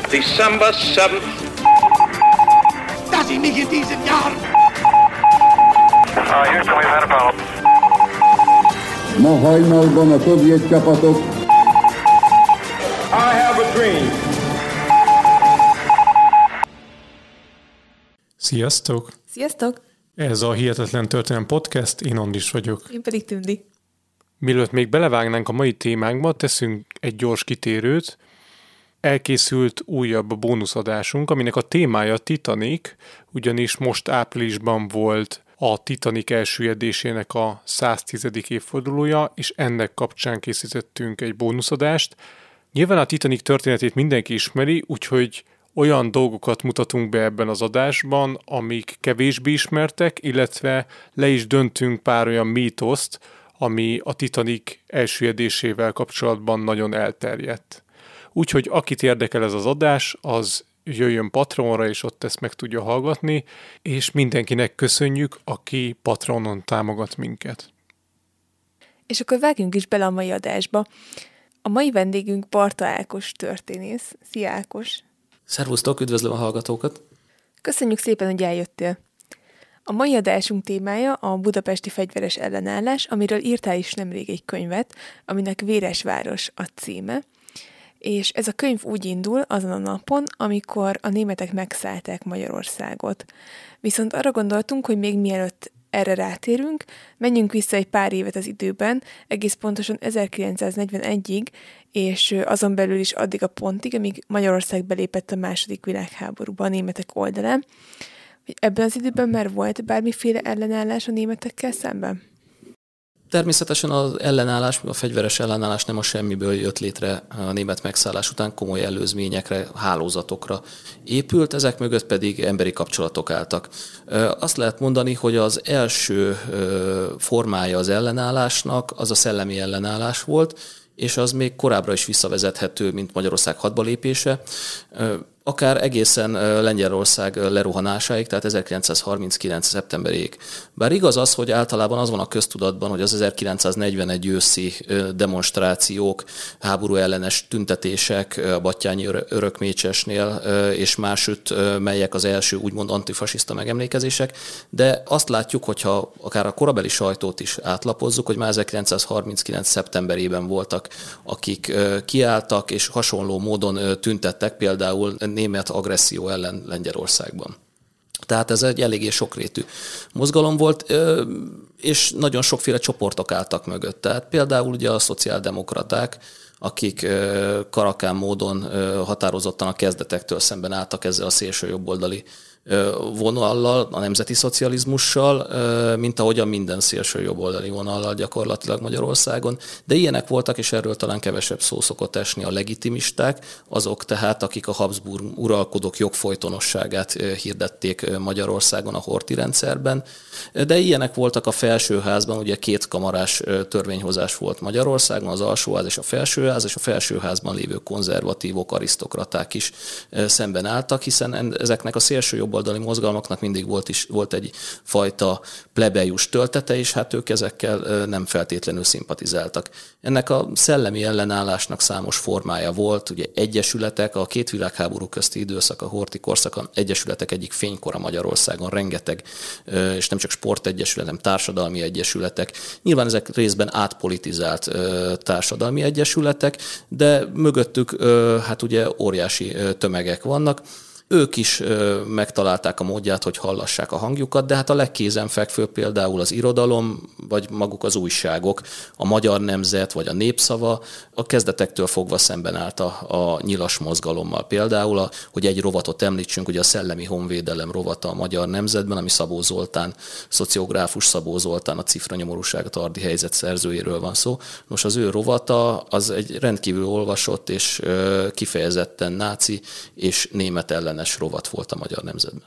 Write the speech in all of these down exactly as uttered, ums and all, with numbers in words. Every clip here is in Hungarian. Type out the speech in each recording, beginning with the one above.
December seventh. Das ich nicht in diesen Jahren. Uh, Houston, we've had a problem. Ma hajnalban a szovjet csapatok. I have a dream. Sziasztok! Sziasztok! Ez a Hihetetlen Történelem Podcast, én Andis vagyok. Én pedig Tündi. Mielőtt még belevágnánk a mai témánkba, teszünk egy gyors kitérőt. Elkészült újabb bónuszadásunk, aminek a témája Titanic, ugyanis most áprilisban volt a Titanic elsüllyedésének a száztizedik évfordulója, és ennek kapcsán készítettünk egy bónuszadást. Nyilván a Titanic történetét mindenki ismeri, úgyhogy olyan dolgokat mutatunk be ebben az adásban, amik kevésbé ismertek, illetve le is döntünk pár olyan mítoszt, ami a Titanic elsüllyedésével kapcsolatban nagyon elterjedt. Úgyhogy akit érdekel ez az adás, az jöjjön Patreonra, és ott ezt meg tudja hallgatni, és mindenkinek köszönjük, aki Patreonon támogat minket. És akkor vágjunk is bele a mai adásba. A mai vendégünk Barta Ákos történész. Szia Ákos! Szervusztok, üdvözlöm a hallgatókat! Köszönjük szépen, hogy eljöttél! A mai adásunk témája a budapesti fegyveres ellenállás, amiről írtál is nemrég egy könyvet, aminek Véresváros a címe, és ez a könyv úgy indul azon a napon, amikor a németek megszállták Magyarországot. Viszont arra gondoltunk, hogy még mielőtt erre rátérünk, menjünk vissza egy pár évet az időben, egész pontosan ezerkilencszáznegyvenegyig, és azon belül is addig a pontig, amíg Magyarország belépett a második világháborúba a németek oldalán. Ebben az időben már volt bármiféle ellenállás a németekkel szemben? Természetesen az ellenállás, a fegyveres ellenállás nem a semmiből jött létre a német megszállás után, komoly előzményekre, hálózatokra épült, ezek mögött pedig emberi kapcsolatok álltak. Azt lehet mondani, hogy az első formája az ellenállásnak az a szellemi ellenállás volt, és az még korábbra is visszavezethető, mint Magyarország hadbalépése, akár egészen Lengyelország lerohanásáig, tehát ezerkilencszázharminckilenc. szeptemberéig. Bár igaz az, hogy általában az van a köztudatban, hogy az ezerkilencszáznegyvenegy őszi demonstrációk, háború ellenes tüntetések a Batthyány Örökmécsesnél és másütt, melyek az első úgymond antifasiszta megemlékezések, de azt látjuk, hogyha akár a korabeli sajtót is átlapozzuk, hogy már ezerkilencszázharminckilenc. szeptemberében voltak, akik kiálltak és hasonló módon tüntettek, például német agresszió ellen Lengyelországban. Tehát ez egy eléggé sokrétű mozgalom volt, és nagyon sokféle csoportok álltak mögött. Tehát például ugye a szociáldemokraták, akik karakán módon határozottan a kezdetektől szemben álltak ezzel a szélső jobboldali vonallal, a nemzeti szocializmussal, mint ahogyan minden szélső jobboldali vonallal gyakorlatilag Magyarországon. De ilyenek voltak, és erről talán kevesebb szó szokott esni, a legitimisták, azok tehát, akik a Habsburg uralkodók jogfolytonosságát hirdették Magyarországon a Horthy rendszerben. De ilyenek voltak a felsőházban, ugye két kamarás törvényhozás volt Magyarországon, az alsóház és a felsőház, és a felsőházban lévő konzervatívok, arisztokraták is szemben álltak, hiszen ezeknek a szélső jobboldali mozgalmaknak mindig volt, is, volt egy fajta plebejus töltete, és hát ők ezekkel nem feltétlenül szimpatizáltak. Ennek a szellemi ellenállásnak számos formája volt, ugye egyesületek, a két világháború közti időszak, a Horthy korszakon egyesületek egyik fénykora Magyarországon, rengeteg, és nem csak sportegyesület, hanem társadalmi egyesületek. Nyilván ezek részben átpolitizált társadalmi egyesületek, de mögöttük hát ugye óriási tömegek vannak. Ők is ö, megtalálták a módját, hogy hallassák a hangjukat, de hát a legkézenfekvőbb például az irodalom, vagy maguk az újságok, a Magyar Nemzet, vagy a Népszava, a kezdetektől fogva szemben állt a, a nyilas mozgalommal. Például, a, hogy egy rovatot említsünk, ugye a Szellemi Honvédelem rovata a Magyar Nemzetben, ami Szabó Zoltán, szociográfus Szabó Zoltán, a Cifra nyomorúság, a Tardi helyzet szerzőjéről van szó. Nos, az ő rovata az egy rendkívül olvasott és ö, kifejezetten náci és német ellen rovat volt a Magyar Nemzetben.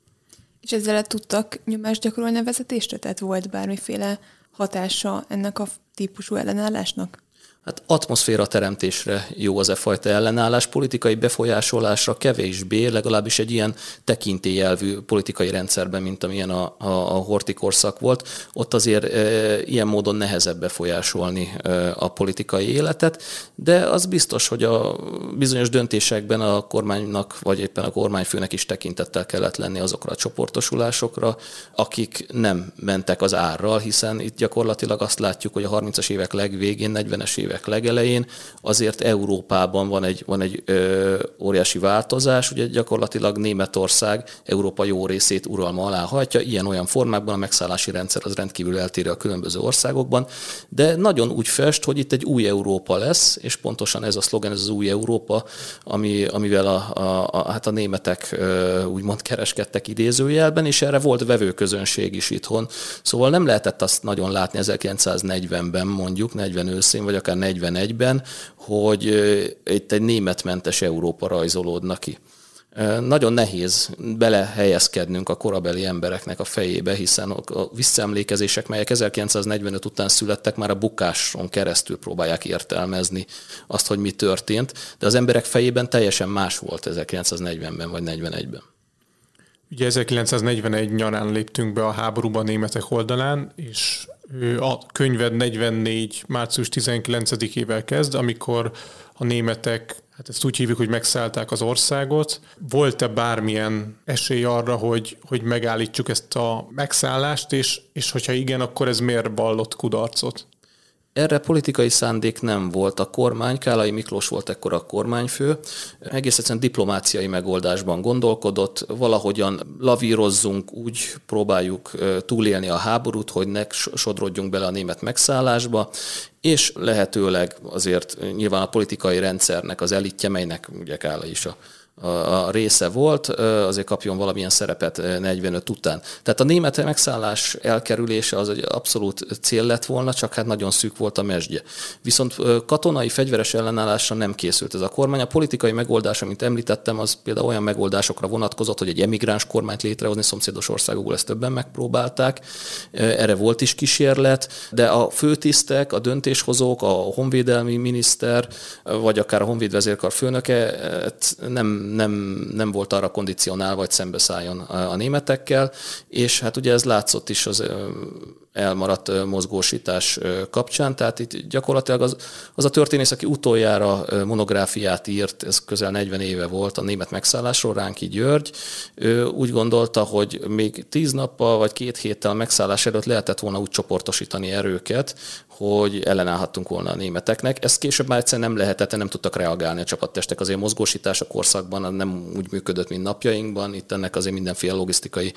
És ezzel tudtak nyomást gyakorolni a vezetésre? Tehát volt bármiféle hatása ennek a típusú ellenállásnak? Hát atmoszféra teremtésre jó az e fajta ellenállás, politikai befolyásolásra kevésbé, legalábbis egy ilyen tekintélyelvű politikai rendszerben, mint amilyen a, a, a Horthy korszak volt. Ott azért e, ilyen módon nehezebb befolyásolni e, a politikai életet, de az biztos, hogy a bizonyos döntésekben a kormánynak, vagy éppen a kormányfőnek is tekintettel kellett lenni azokra a csoportosulásokra, akik nem mentek az árral, hiszen itt gyakorlatilag azt látjuk, hogy a harmincas évek legvégén, negyvenes évek legelején azért Európában van egy, van egy ö, óriási változás, ugye gyakorlatilag Németország Európa jó részét uralma alá hajtja, ilyen-olyan formákban a megszállási rendszer az rendkívül eltérő a különböző országokban, de nagyon úgy fest, hogy itt egy új Európa lesz, és pontosan ez a szlogen, ez az új Európa, ami, amivel a, a, a, hát a németek ö, úgymond kereskedtek idézőjelben, és erre volt vevőközönség is itthon. Szóval nem lehetett azt nagyon látni ezerkilencszáznegyvenben mondjuk, negyven őszén, vagy akár negyvenegyben, hogy itt egy németmentes Európa rajzolódna ki. Nagyon nehéz belehelyezkednünk a korabeli embereknek a fejébe, hiszen a visszaemlékezések, melyek ezerkilencszáznegyvenöt után születtek, már a bukáson keresztül próbálják értelmezni azt, hogy mi történt, de az emberek fejében teljesen más volt ezerkilencszáznegyvenben vagy negyvenegyben. Ugye ezerkilencszáznegyvenegy nyarán léptünk be a háborúba a németek oldalán, és a könyved negyvennégy. március tizenkilencedikével kezd, amikor a németek, hát ezt úgy hívjuk, hogy megszállták az országot. Volt-e bármilyen esély arra, hogy, hogy megállítsuk ezt a megszállást, és, és hogyha igen, akkor ez miért vallott kudarcot? Erre politikai szándék nem volt. A kormány, Kállai Miklós volt ekkor a kormányfő, egész egyszerűen diplomáciai megoldásban gondolkodott, valahogyan lavírozzunk, úgy próbáljuk túlélni a háborút, hogy ne sodrodjunk bele a német megszállásba, és lehetőleg azért nyilván a politikai rendszernek az elitje, melynek ugye Kállai is a a része volt, azért kapjon valamilyen szerepet negyvenöt után. Tehát a német megszállás elkerülése az egy abszolút cél lett volna, csak hát nagyon szűk volt a mesdje. Viszont katonai fegyveres ellenállásra nem készült ez a kormány. A politikai megoldás, amit említettem, az például olyan megoldásokra vonatkozott, hogy egy emigráns kormányt létrehozni, szomszédos országokból ezt többen megpróbálták. Erre volt is kísérlet, de a főtisztek, a döntéshozók, a honvédelmi miniszter, vagy akár a honvéd vezérkar főnöke nem Nem, nem volt arra kondicionálva, hogy szembeszálljon a, a németekkel, és hát ugye ez látszott is az elmaradt mozgósítás kapcsán, tehát itt gyakorlatilag az, az a történész, aki utoljára monográfiát írt, ez közel negyven éve volt a német megszállásról, Ránki György, ő úgy gondolta, hogy még tíz nappal vagy két héttel a megszállás előtt lehetett volna úgy csoportosítani erőket, hogy ellenállhattunk volna a németeknek. Ezt később már egyszerűen nem lehetett, nem tudtak reagálni a csapattestek. Azért mozgósítás a korszakban nem úgy működött, mint napjainkban. Itt ennek azért mindenféle logisztikai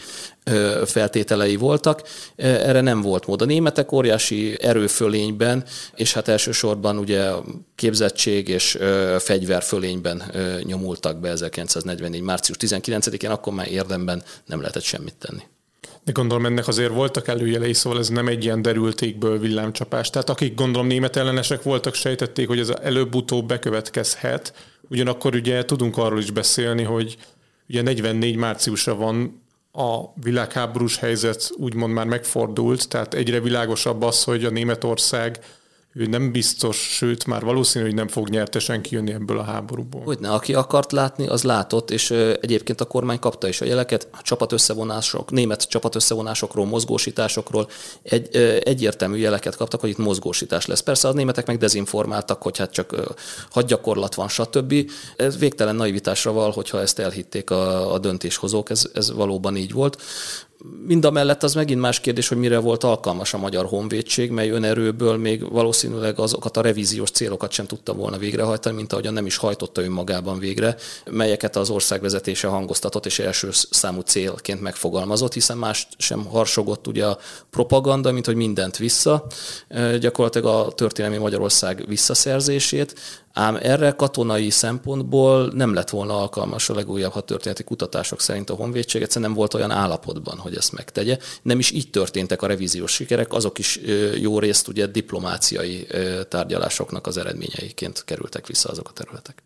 feltételei voltak. Erre nem volt mód. A németek óriási erőfölényben, és hát elsősorban ugye képzettség és fegyverfölényben nyomultak be ezerkilencszáznegyvennégy. március tizenkilencedikén, akkor már érdemben nem lehetett semmit tenni. De gondolom ennek azért voltak előjelei, szóval ez nem egy ilyen derültékből villámcsapás. Tehát akik gondolom német ellenesek voltak, sejtették, hogy ez előbb-utóbb bekövetkezhet. Ugyanakkor ugye tudunk arról is beszélni, hogy ugye negyvennégy márciusra van, a világháborús helyzet úgymond már megfordult, tehát egyre világosabb az, hogy a Németország ő nem biztos, sőt már valószínű, hogy nem fog nyertesen kijönni ebből a háborúból. Hogyne, aki akart látni, az látott, és egyébként a kormány kapta is a jeleket, a csapatösszevonások, német csapatösszevonásokról, mozgósításokról egy, egyértelmű jeleket kaptak, hogy itt mozgósítás lesz. Persze a németek meg dezinformáltak, hogy hát csak hadgyakorlat van, stb. Ez végtelen naivitásra val, hogyha ezt elhitték a, a döntéshozók, ez, ez valóban így volt. Mindamellett az megint más kérdés, hogy mire volt alkalmas a magyar honvédség, mely önerőből még valószínűleg azokat a revíziós célokat sem tudta volna végrehajtani, mint ahogyan nem is hajtotta önmagában végre, melyeket az országvezetése hangoztatott és első számú célként megfogalmazott, hiszen más sem harsogott ugye a propaganda, mint hogy mindent vissza, gyakorlatilag a történelmi Magyarország visszaszerzését, ám erre katonai szempontból nem lett volna alkalmas a legújabb hadtörténeti kutatások szerint a honvédség, egyszerűen nem volt olyan állapotban, hogy ezt megtegye. Nem is így történtek a revíziós sikerek, azok is jó részt ugye diplomáciai tárgyalásoknak az eredményeiként kerültek vissza azok a területek.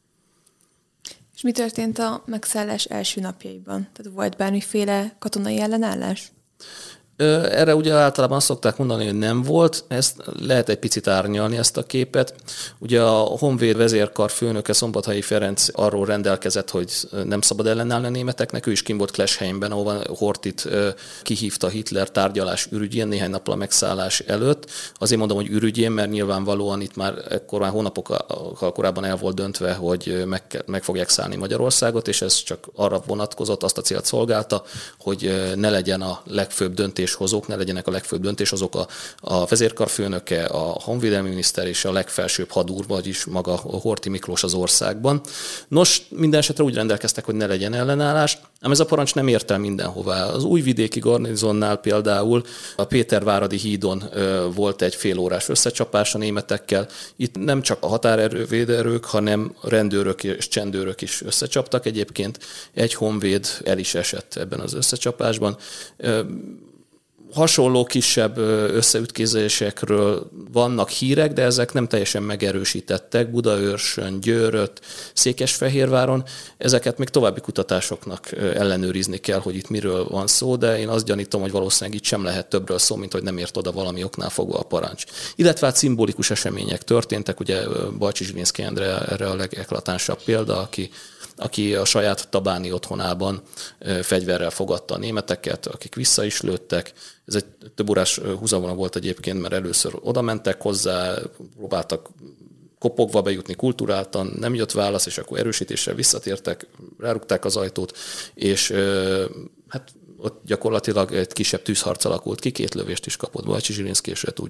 És mi történt a megszállás első napjaiban? Tehát volt bármiféle katonai ellenállás? Erre ugye általában azt szokták mondani, hogy nem volt, ezt lehet egy picit árnyalni ezt a képet. Ugye a Honvéd vezérkar főnöke Szombathelyi Ferenc arról rendelkezett, hogy nem szabad ellenállni a németeknek, ő is kim volt Klesheimben, ahol Horthyt kihívta Hitler tárgyalás ürügyén néhány nappal a megszállás előtt. Azért mondom, hogy ürügyén, mert nyilvánvalóan itt már ekkor már hónapokkal korábban el volt döntve, hogy meg, meg fogják szállni Magyarországot, és ez csak arra vonatkozott, azt a célt szolgálta, hogy ne legyen a legfőbb döntéshozók, ne legyenek a legfőbb döntéshozók a, a vezérkarfőnöke, a honvédelmi miniszter és a legfelsőbb hadúr, vagyis maga a Horthy Miklós az országban. Nos, minden esetre úgy rendelkeztek, hogy ne legyen ellenállás, ám ez a parancs nem ért el mindenhová. Az újvidéki garnizonnál például a Péterváradi hídon volt egy félórás összecsapás a németekkel. Itt nem csak a határerő, véderők, hanem rendőrök és csendőrök is összecsaptak. Egyébként egy honvéd el is esett ebben az összecsapásban. Hasonló kisebb összeütközésekről vannak hírek, de ezek nem teljesen megerősítettek. Budaörsön, Győrött, Székesfehérváron. Ezeket még további kutatásoknak ellenőrizni kell, hogy itt miről van szó, de én azt gyanítom, hogy valószínűleg itt sem lehet többről szó, mint hogy nem ért oda valami oknál fogva a parancs. Illetve hát szimbolikus események történtek, ugye Bajcsy Zsilinszky Endre erre a legeklatánsabb példa, aki aki a saját tabáni otthonában fegyverrel fogadta a németeket, akik vissza is lőttek. Ez egy több órás húzavona volt egyébként, mert először oda mentek hozzá, próbáltak kopogva bejutni kulturáltan, nem jött válasz, és akkor erősítéssel visszatértek, rárugták az ajtót, és hát ott gyakorlatilag egy kisebb tűzharc alakult ki, két lövést is kapott Bajcsy Zsilinszky, és úgy,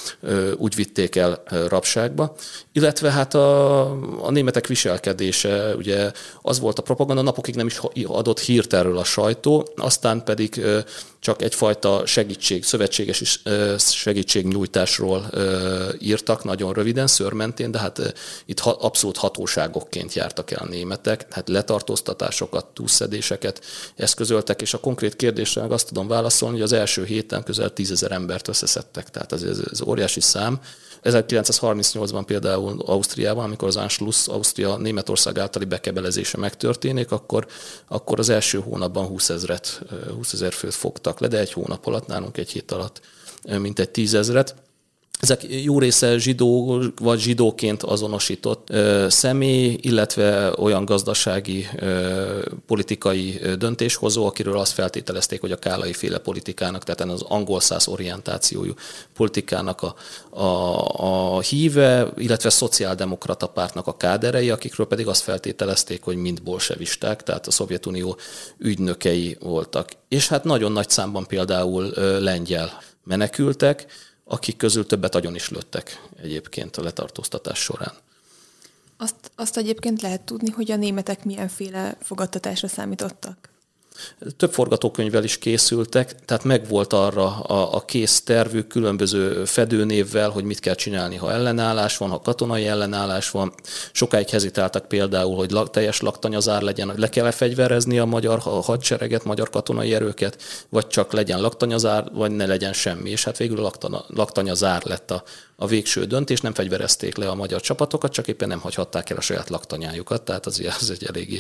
úgy vitték el rabságba. Illetve hát a, a németek viselkedése, ugye az volt a propaganda, napokig nem is adott hírt erről a sajtó, aztán pedig csak egyfajta segítség, szövetséges segítségnyújtásról írtak nagyon röviden, szőrmentén, de hát itt abszolút hatóságokként jártak el a németek, hát letartóztatásokat, túlszedéseket eszközöltek, és a konkrét kérdésre azt tudom válaszolni, hogy az első héten közel tízezer embert összeszedtek, tehát ez, ez óriási szám. ezerkilencszázharmincnyolcban például Ausztriában, amikor az Anschluss, Ausztria Németország általi bekebelezése megtörténik, akkor, akkor az első hónapban húszezer főt fogtak le, de egy hónap alatt, nálunk egy hét alatt mintegy tízezret. Ezek jó része zsidó vagy zsidóként azonosított ö, személy, illetve olyan gazdasági, ö, politikai döntéshozó, akiről azt feltételezték, hogy a Kállai féle politikának, tehát az angol-szász orientációjú politikának a, a, a híve, illetve szociáldemokrata pártnak a káderei, akikről pedig azt feltételezték, hogy mind bolsevisták, tehát a Szovjetunió ügynökei voltak. És hát nagyon nagy számban például ö, lengyel menekültek, akik közül többet agyon is lőttek egyébként a letartóztatás során. Azt, azt egyébként lehet tudni, hogy a németek milyenféle fogadtatásra számítottak? Több forgatókönyvvel is készültek, tehát megvolt arra a, a kész tervük különböző fedőnévvel, hogy mit kell csinálni, ha ellenállás van, ha katonai ellenállás van. Sokáig hezitáltak például, hogy lag, teljes laktanyazár legyen, le kell fegyverezni a magyar hadsereget, magyar katonai erőket, vagy csak legyen laktanyazár, vagy ne legyen semmi. És hát végül a laktanyazár lett a, a végső döntés, nem fegyverezték le a magyar csapatokat, csak éppen nem hagyhatták el a saját laktanyájukat, tehát az, az egy eléggé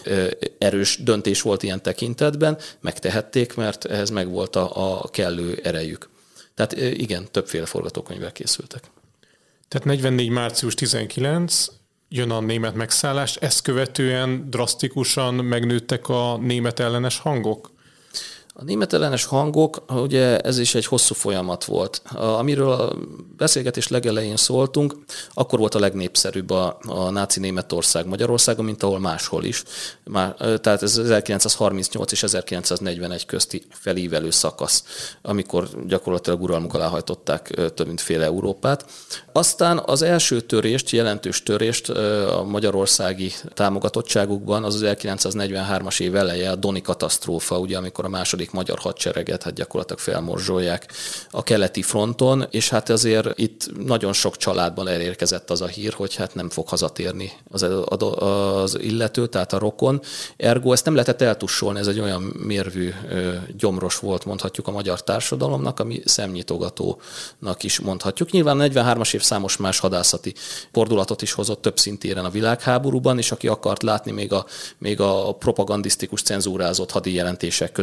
erős döntés volt ilyen tekintetben, megtehették, mert ehhez megvolt a, a kellő erejük. Tehát igen, többféle forgatókönyvvel készültek. Tehát negyvennégy március tizenkilenc jön a német megszállás, ezt követően drasztikusan megnőttek a német ellenes hangok? A német ellenes hangok, ugye ez is egy hosszú folyamat volt. Amiről a beszélgetés legelején szóltunk, akkor volt a legnépszerűbb a, a náci Németország Magyarországon, mint ahol máshol is. Már, tehát ez ezerkilencszázharmincnyolc és ezerkilencszáznegyvenegy közti felívelő szakasz, amikor gyakorlatilag uralmuk alá hajtották több mint fél Európát. Aztán az első törést, jelentős törést a magyarországi támogatottságukban az ezerkilencszáznegyvenhármas év eleje, a Doni katasztrófa, ugye, amikor a második magyar hadsereget hát gyakorlatilag felmorzsolják a keleti fronton, és hát azért itt nagyon sok családban elérkezett az a hír, hogy hát nem fog hazatérni az, az illető, tehát a rokon. Ergo ezt nem lehetett eltussolni, ez egy olyan mérvű gyomros volt, mondhatjuk, a magyar társadalomnak, ami szemnyitogatónak is mondhatjuk. Nyilván a negyvenhármas év számos más hadászati fordulatot is hozott több szintéren a világháborúban, és aki akart látni még a, még a propagandisztikus, cenzúrázott hadi jelentések között is nagyon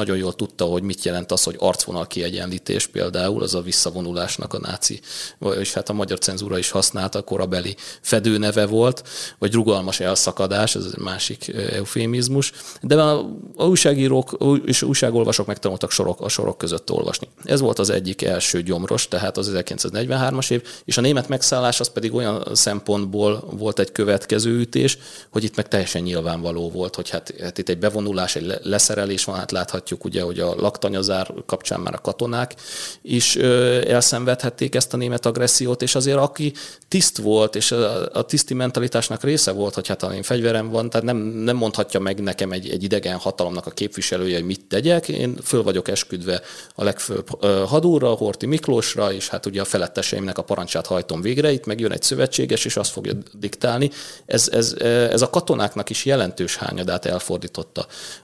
nagyon jól tudta, hogy mit jelent az, hogy arcvonal kiegyenlítés például, az a visszavonulásnak a náci, és hát a magyar cenzúra is használta, korabeli fedőneve volt, vagy rugalmas elszakadás, ez egy másik eufémizmus. De a, a újságírók és újságolvasók megtanultak sorok, a sorok között olvasni. Ez volt az egyik első gyomros, tehát az ezerkilencszáznegyvenhármas év, és a német megszállás az pedig olyan szempontból volt egy következő ütés, hogy itt meg teljesen nyilvánvaló volt, hogy hát, hát itt egy bevonulás, egy leszerelés van, hát láthatjuk ugye, hogy a laktanyazár kapcsán már a katonák is ö, elszenvedhették ezt a német agressziót, és azért aki tiszt volt, és a, a tiszti mentalitásnak része volt, hogy hát én fegyverem van, tehát nem, nem mondhatja meg nekem egy, egy idegen hatalomnak a képviselője, hogy mit tegyek, én föl vagyok esküdve a legfőbb hadúrra, Horthy Miklósra, és hát ugye a feletteseimnek a parancsát hajtom végre, itt meg jön egy szövetséges, és azt fogja diktálni. Ez, ez, ez a katonáknak is jelentős hányadát elfordította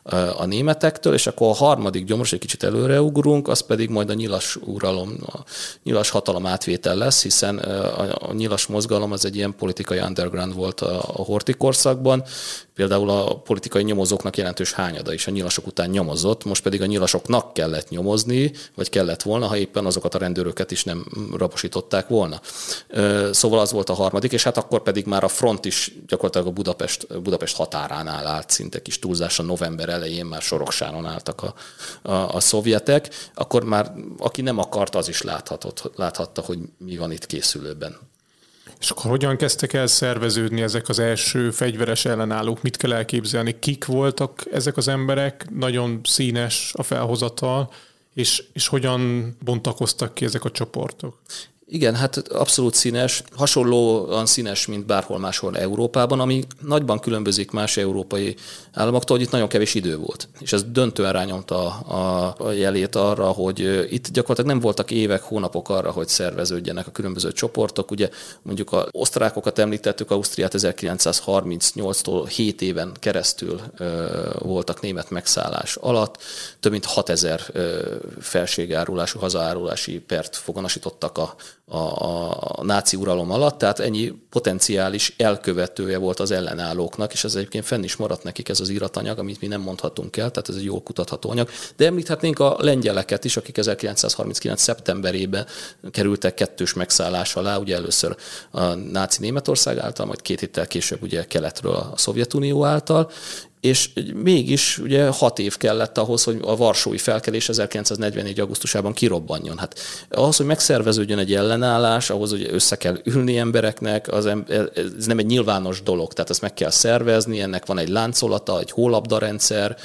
a németektől, és akkor a harmadik gyomros, egy kicsit előreugrunk, az pedig majd a nyilas uralom, a nyilas hatalom átvétel lesz, hiszen a, a nyilas mozgalom az egy ilyen politikai underground volt a, a Horthy korszakban, például a politikai nyomozóknak jelentős hányada is a nyilasok után nyomozott, most pedig a nyilasoknak kellett nyomozni, vagy kellett volna, ha éppen azokat a rendőröket is nem rabosították volna. Szóval az volt a harmadik, és hát akkor pedig már a front is gyakorlatilag a Budapest, Budapest határánál állt, szinte kis túlzása november elején már Soroksáron álltak a, a, a szovjetek, akkor már aki nem akart, az is láthatott, láthatta, hogy mi van itt készülőben. És akkor hogyan kezdtek el szerveződni ezek az első fegyveres ellenállók? Mit kell elképzelni? Kik voltak ezek az emberek? Nagyon színes a felhozatal, és, és hogyan bontakoztak ki ezek a csoportok? Igen, hát abszolút színes, hasonlóan színes, mint bárhol máshol Európában, ami nagyban különbözik más európai államoktól, hogy itt nagyon kevés idő volt. És ez döntően rányomta a, a jelét arra, hogy itt gyakorlatilag nem voltak évek, hónapok arra, hogy szerveződjenek a különböző csoportok. Ugye mondjuk az osztrákokat említettük, Ausztriát ezerkilencszázharmincnyolctól hét éven keresztül ö, voltak német megszállás alatt. Több mint hatezer felségárulású, hazaárulási pert foganasítottak a A, a, a náci uralom alatt, tehát ennyi potenciális elkövetője volt az ellenállóknak, és ez egyébként fenn is maradt nekik ez az íratanyag, amit mi nem mondhatunk el, tehát ez egy jól kutatható anyag. De említhetnénk a lengyeleket is, akik ezerkilencszázharminckilenc szeptemberében kerültek kettős megszállás alá, ugye először a náci Németország által, majd két héttel később ugye keletről a Szovjetunió által, és mégis ugye hat év kellett ahhoz, hogy a varsói felkelés ezerkilencszáznegyvennégy augusztusában kirobbanjon. Hát ahhoz, hogy megszerveződjön egy ellenállás, ahhoz, hogy össze kell ülni embereknek, az, ez nem egy nyilvános dolog, tehát ezt meg kell szervezni, ennek van egy láncolata, egy hólabdarendszer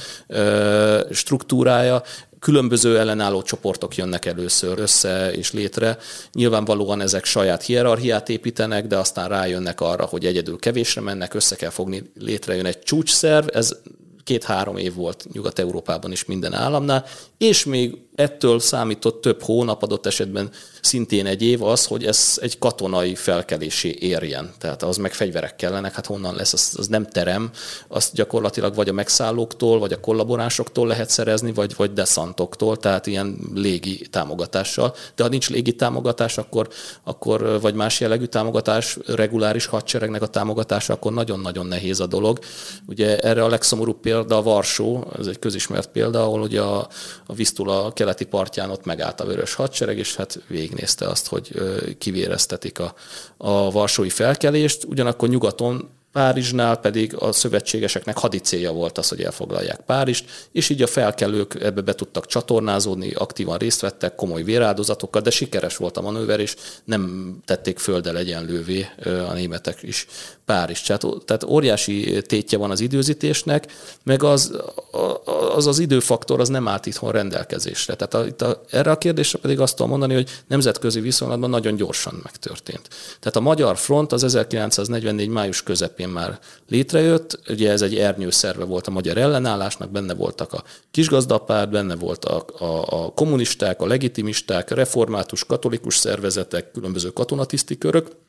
struktúrája, különböző ellenálló csoportok jönnek először össze és létre. Nyilvánvalóan ezek saját hierarchiát építenek, de aztán rájönnek arra, hogy egyedül kevésre mennek, össze kell fogni, létrejön egy csúcsszerv, ez két-három év volt Nyugat-Európában is minden államnál, és még ettől számított több hónap, adott esetben szintén egy év az, hogy ez egy katonai felkelésé érjen. Tehát az meg fegyverek kellenek, hát honnan lesz, az, az nem terem, azt gyakorlatilag vagy a megszállóktól, vagy a kollaboránsoktól lehet szerezni, vagy, vagy deszantoktól, tehát ilyen légi támogatással. De ha nincs légi támogatás, akkor, akkor vagy más jellegű támogatás, reguláris hadseregnek a támogatása, akkor nagyon-nagyon nehéz a dolog. Ugye erre a legszomorúbb példa a Varsó, ez egy közismert példa, ahol ugye a, a Visztula keleti partján ott megállt a Vörös Hadsereg, és hát végignézte azt, hogy kivéreztetik a, a varsói felkelést. Ugyanakkor nyugaton, Párizsnál pedig a szövetségeseknek hadicélja volt az, hogy elfoglalják Párizst, és így a felkelők ebbe be tudtak csatornázódni, aktívan részt vettek, komoly véráldozatokkal, de sikeres volt a manőver, és nem tették földdel egyenlővé a németek is Párizst. Tehát óriási tétje van az időzítésnek, meg az az, az időfaktor az nem állt itthon rendelkezésre. Tehát a, itt a, erre a kérdésre pedig azt tudom mondani, hogy nemzetközi viszonylatban nagyon gyorsan megtörtént. Tehát a Magyar Front az ezerkilencszáznegyvennégy május közepén már létrejött, ugye ez egy ernyőszerve volt a magyar ellenállásnak, benne voltak a kisgazdapárt, benne voltak a, a, a kommunisták, a legitimisták, református, katolikus szervezetek, különböző katonatiszti körök,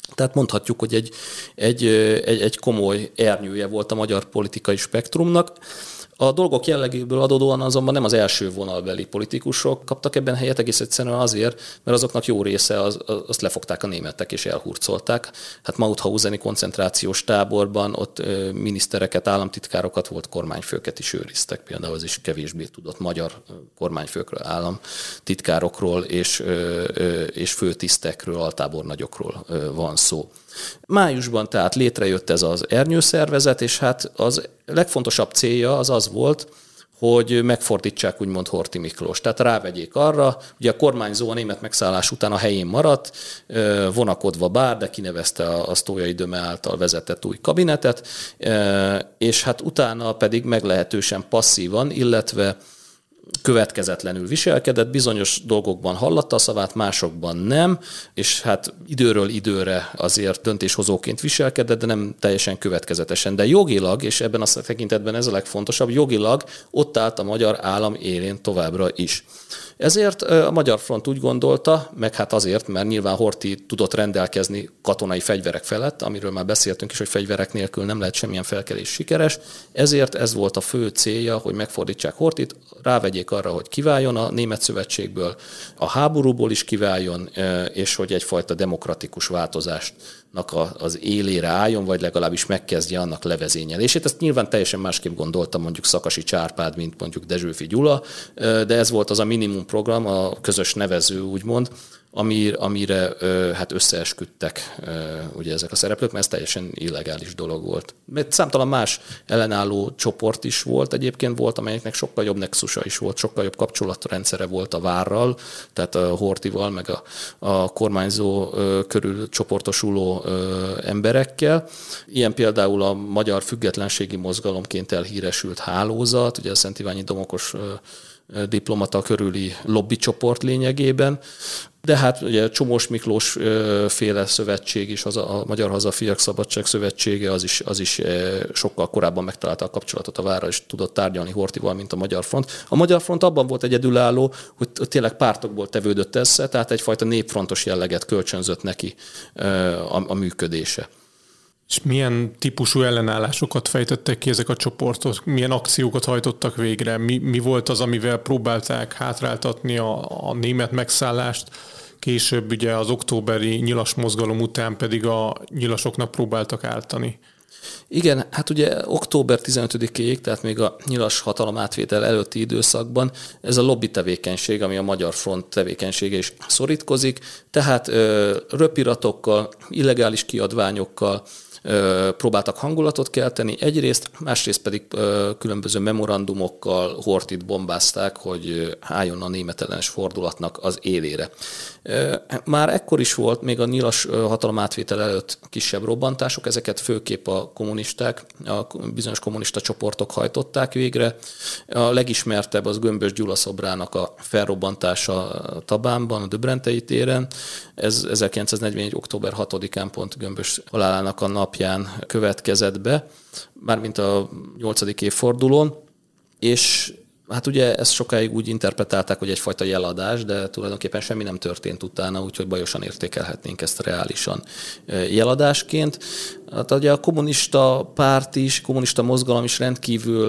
Tehát mondhatjuk, hogy egy, egy, egy, egy komoly ernyője volt a magyar politikai spektrumnak. A dolgok jellegéből adódóan azonban nem az első vonalbeli politikusok kaptak ebben helyet, egész egyszerűen azért, mert azoknak jó része az, azt lefogták a németek és elhurcolták. Hát Mauthauseni koncentrációs táborban ott minisztereket, államtitkárokat, volt kormányfőket is őriztek, például az is kevésbé tudott magyar kormányfőkről, államtitkárokról és, és főtisztekről, altábornagyokról van szó. Májusban tehát létrejött ez az ernyőszervezet, és hát az legfontosabb célja az az volt, hogy megfordítsák úgymond Horthy Miklós. Tehát rávegyék arra, ugye a kormányzó a német megszállás után a helyén maradt, vonakodva bár, de kinevezte a Sztójai Döme által vezetett új kabinetet, és hát utána pedig meglehetősen passzívan, illetve következetlenül viselkedett, bizonyos dolgokban hallatta a szavát, másokban nem, és hát időről időre azért döntéshozóként viselkedett, de nem teljesen következetesen. De jogilag, és ebben a tekintetben ez a legfontosabb, jogilag ott állt a magyar állam élén továbbra is. Ezért a Magyar Front úgy gondolta, meg hát azért, mert nyilván Horthy tudott rendelkezni katonai fegyverek felett, amiről már beszéltünk is, hogy fegyverek nélkül nem lehet semmilyen felkelés sikeres, ezért ez volt a fő célja, hogy megfordítsák Horthyt, rávegyék arra, hogy kiváljon a Német Szövetségből, a háborúból is kiváljon, és hogy egyfajta demokratikus változásnak az élére álljon, vagy legalábbis megkezdje annak levezényelését. Ezt nyilván teljesen másképp gondolta mondjuk Szakasi Árpád, mint mondjuk Dezsőfi Gyula, de ez volt az a minimum program, a közös nevező úgymond, amire, amire hát összeesküdtek ugye ezek a szereplők, mert ez teljesen illegális dolog volt. Mert számtalan más ellenálló csoport is volt, egyébként volt, amelyeknek sokkal jobb nexusa is volt, sokkal jobb kapcsolatrendszere volt a várral, tehát a Horthyval, meg a, a kormányzó körül csoportosuló emberekkel. Ilyen például a Magyar Függetlenségi Mozgalomként elhíresült hálózat, ugye a Szent Iványi Domokos diplomata körüli lobbycsoport lényegében, de hát ugye Csomós Miklós féle szövetség is, az a Magyar Hazafiak Szabadság Szövetsége, az is, az is sokkal korábban megtalálta a kapcsolatot a várral, és tudott tárgyalni Horthyval, mint a Magyar Front. A Magyar Front abban volt egyedülálló, hogy tényleg pártokból tevődött össze, tehát egyfajta népfrontos jelleget kölcsönzött neki a, a működése. És milyen típusú ellenállásokat fejtettek ki ezek a csoportok? Milyen akciókat hajtottak végre? Mi, mi volt az, amivel próbálták hátráltatni a, a német megszállást? Később ugye az októberi nyilas mozgalom után pedig a nyilasoknak próbáltak ártani. Igen, hát ugye október tizenötödikéig, tehát még a nyilas hatalom átvétel előtti időszakban ez a lobby tevékenység, ami a Magyar Front tevékenysége is szorítkozik, tehát ö, röpiratokkal, illegális kiadványokkal, próbáltak hangulatot kelteni egyrészt, másrészt pedig különböző memorandumokkal Horthyt bombázták, hogy álljon a német ellenes fordulatnak az élére. Már ekkor is volt, még a nyilas hatalomátvétel előtt kisebb robbantások, ezeket főképp a kommunisták, a bizonyos kommunista csoportok hajtották végre. A legismertebb az Gömbös Gyula szobrának a felrobbantása Tabánban, a Döbrentei téren. Ez ezerkilencszáznegyvenegy. október hatodikán pont Gömbös halálának a napján következett be, mármint a nyolcadik évfordulón, és hát ugye ezt sokáig úgy interpretálták, hogy egyfajta jeladás, de tulajdonképpen semmi nem történt utána, úgyhogy bajosan értékelhetnénk ezt reálisan jeladásként. Hát ugye a kommunista párt is, kommunista mozgalom is rendkívül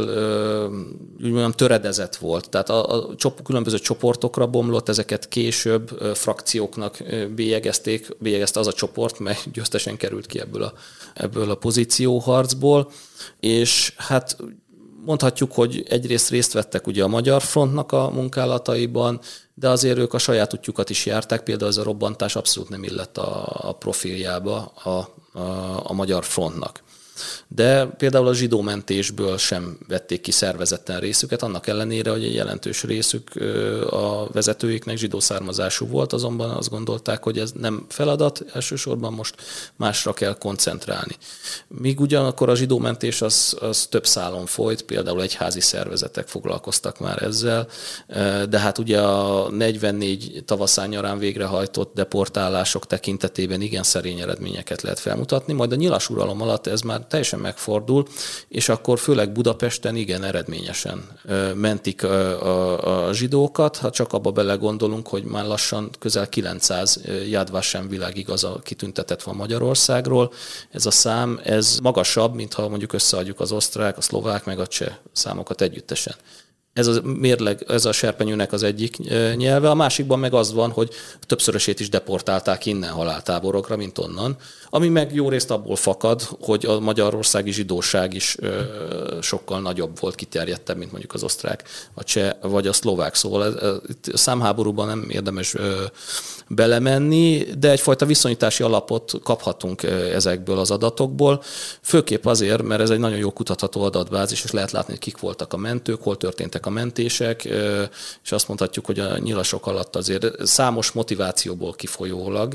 úgy mondjam, töredezett volt. Tehát a, a csop, különböző csoportokra bomlott, ezeket később frakcióknak bélyegezték, bélyegezte az a csoport, mely győztesen került ki ebből a, ebből a pozícióharcból, és hát mondhatjuk, hogy egyrészt részt vettek ugye a Magyar Frontnak a munkálataiban, de azért ők a saját útjukat is járták, például ez a robbantás abszolút nem illett a, a profiljába a, a, a Magyar Frontnak. De például a zsidómentésből sem vették ki szervezetten részüket, annak ellenére, hogy egy jelentős részük a vezetőiknek zsidó származású volt, azonban azt gondolták, hogy ez nem feladat, elsősorban most másra kell koncentrálni. Míg ugyanakkor a zsidómentés az, az több szálon folyt, például egyházi szervezetek foglalkoztak már ezzel, de hát ugye a negyvennégy tavaszán nyarán végrehajtott deportálások tekintetében igen szerény eredményeket lehet felmutatni, majd a nyilas uralom alatt ez már teljesen megfordul, és akkor főleg Budapesten igen eredményesen mentik a, a, a zsidókat, ha csak abba belegondolunk, hogy már lassan közel kilencszáz Yad Vashem világigaza kitüntetett van Magyarországról. Ez a szám, ez magasabb, mint ha mondjuk összeadjuk az osztrák, a szlovák, meg a cseh számokat együttesen. Ez a mérleg, ez a serpenyőnek az egyik nyelve, a másikban meg az van, hogy többszörösét is deportálták innen haláltáborokra, mint onnan, ami meg jó részt abból fakad, hogy a magyarországi zsidóság is ö, sokkal nagyobb volt, kiterjedtebb, mint mondjuk az osztrák, a cseh vagy a szlovák. Szóval ez, ez, itt a számháborúban nem érdemes ö, belemenni, de egyfajta viszonyítási alapot kaphatunk ezekből az adatokból, főképp azért, mert ez egy nagyon jó kutatható adatbázis, és lehet látni, hogy kik voltak a mentők, hol történtek a mentések, és azt mondhatjuk, hogy a nyilasok alatt azért számos motivációból kifolyólag,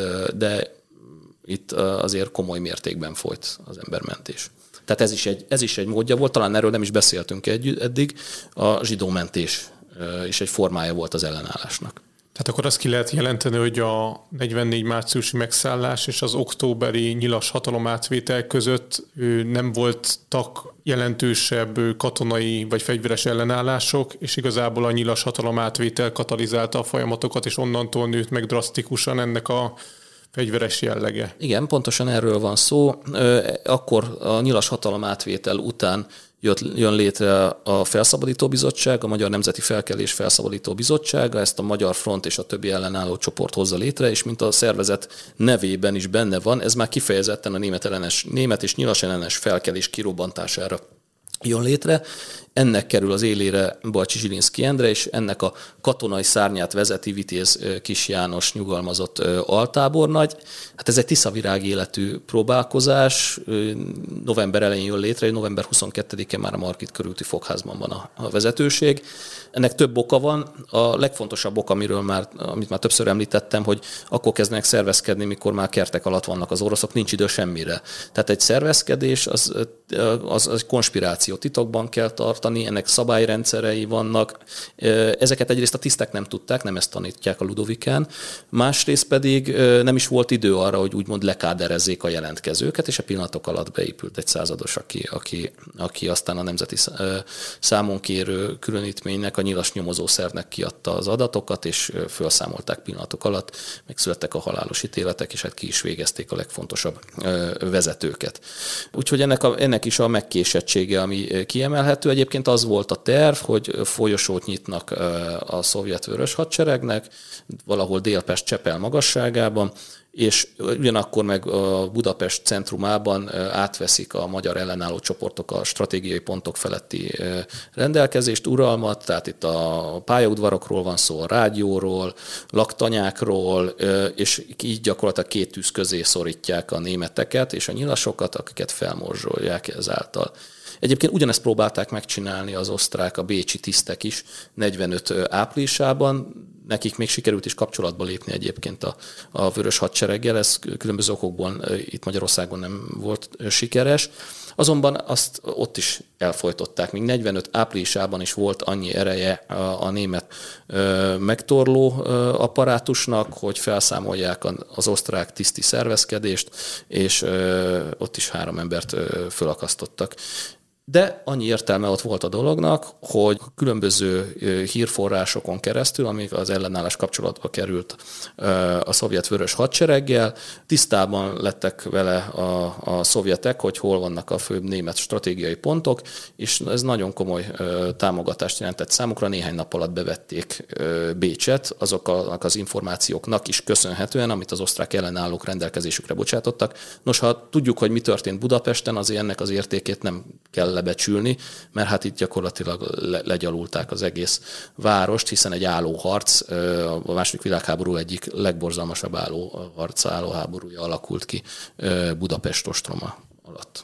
de itt azért komoly mértékben folyt az embermentés. Tehát ez is egy, ez is egy módja volt, talán erről nem is beszéltünk egy, eddig, a zsidómentés is egy formája volt az ellenállásnak. Tehát akkor azt ki lehet jelenteni, hogy a negyvennégy márciusi megszállás és az októberi nyilas hatalomátvétel között nem voltak jelentősebb katonai vagy fegyveres ellenállások, és igazából a nyilas hatalomátvétel katalizálta a folyamatokat, és onnantól nőtt meg drasztikusan ennek a fegyveres jellege. Igen, pontosan erről van szó. Akkor a nyilas hatalomátvétel után jött, jön létre a Felszabadító Bizottság, a Magyar Nemzeti Felkelés Felszabadító Bizottsága, ezt a Magyar Front és a többi ellenálló csoport hozza létre, és mint a szervezet nevében is benne van, ez már kifejezetten a német, ellenes, német és nyilas ellenes felkelés kirobbantására jön létre. Ennek kerül az élére Bajcsi Zsilinszky Endre, és ennek a katonai szárnyát vezeti Vitéz Kis János nyugalmazott altábornagy. Hát ez egy tiszavirág életű próbálkozás. November elején jön létre, november huszonkettedikén már a Margit körülti fogházban van a, a vezetőség. Ennek több oka van. A legfontosabb ok, amiről már, amit már többször említettem, hogy akkor kezdenek szervezkedni, mikor már kertek alatt vannak az oroszok, nincs idő semmire. Tehát egy szervezkedés, az, az, az egy konspiráció, titokban kell tartani, ennek szabályrendszerei vannak. Ezeket egyrészt a tisztek nem tudták, nem ezt tanítják a Ludovikán, másrészt pedig nem is volt idő arra, hogy úgymond lekáderezzék a jelentkezőket, és a pillanatok alatt beépült egy százados, aki, aki, aki aztán a nemzeti számonkérő különítménynek, a nyilas nyomozószervnek kiadta az adatokat, és felszámolták pillanatok alatt, megszülettek a halálos ítéletek, és hát ki is végezték a legfontosabb vezetőket. Úgyhogy ennek, a, ennek is a megkésettsége, ami kiemelhető. Egyébként az volt a terv, hogy folyosót nyitnak a szovjet vörös hadseregnek, valahol Délpest-Csepel magasságában, és ugyanakkor meg a Budapest centrumában átveszik a magyar ellenálló csoportok a stratégiai pontok feletti rendelkezést, uralmat, tehát itt a pályaudvarokról van szó, a rádióról, laktanyákról, és így gyakorlatilag két tűz közé szorítják a németeket és a nyilasokat, akiket felmorzsolják ezáltal. Egyébként ugyanezt próbálták megcsinálni az osztrák, a bécsi tisztek is negyvenöt áprilisában, nekik még sikerült is kapcsolatba lépni egyébként a, a vörös hadsereggel, ez különböző okokból itt Magyarországon nem volt sikeres. Azonban azt ott is elfojtották. Még negyvenöt áprilisában is volt annyi ereje a, a német ö, megtorló ö, apparátusnak, hogy felszámolják az osztrák tiszti szervezkedést, és ö, ott is három embert ö, fölakasztottak. De annyi értelme ott volt a dolognak, hogy különböző hírforrásokon keresztül, amik az ellenállás kapcsolatba került a szovjet vörös hadsereggel, tisztában lettek vele a, a szovjetek, hogy hol vannak a főbb német stratégiai pontok, és ez nagyon komoly támogatást jelentett számukra. Néhány nap alatt bevették Bécset azoknak az információknak is köszönhetően, amit az osztrák ellenállók rendelkezésükre bocsátottak. Nos, ha tudjuk, hogy mi történt Budapesten, azért ennek az értékét nem kell lebecsülni, mert hát itt gyakorlatilag le- legyalulták az egész várost, hiszen egy állóharc, a második világháború egyik legborzalmasabb állóharca, állóháborúja alakult ki Budapest ostroma alatt.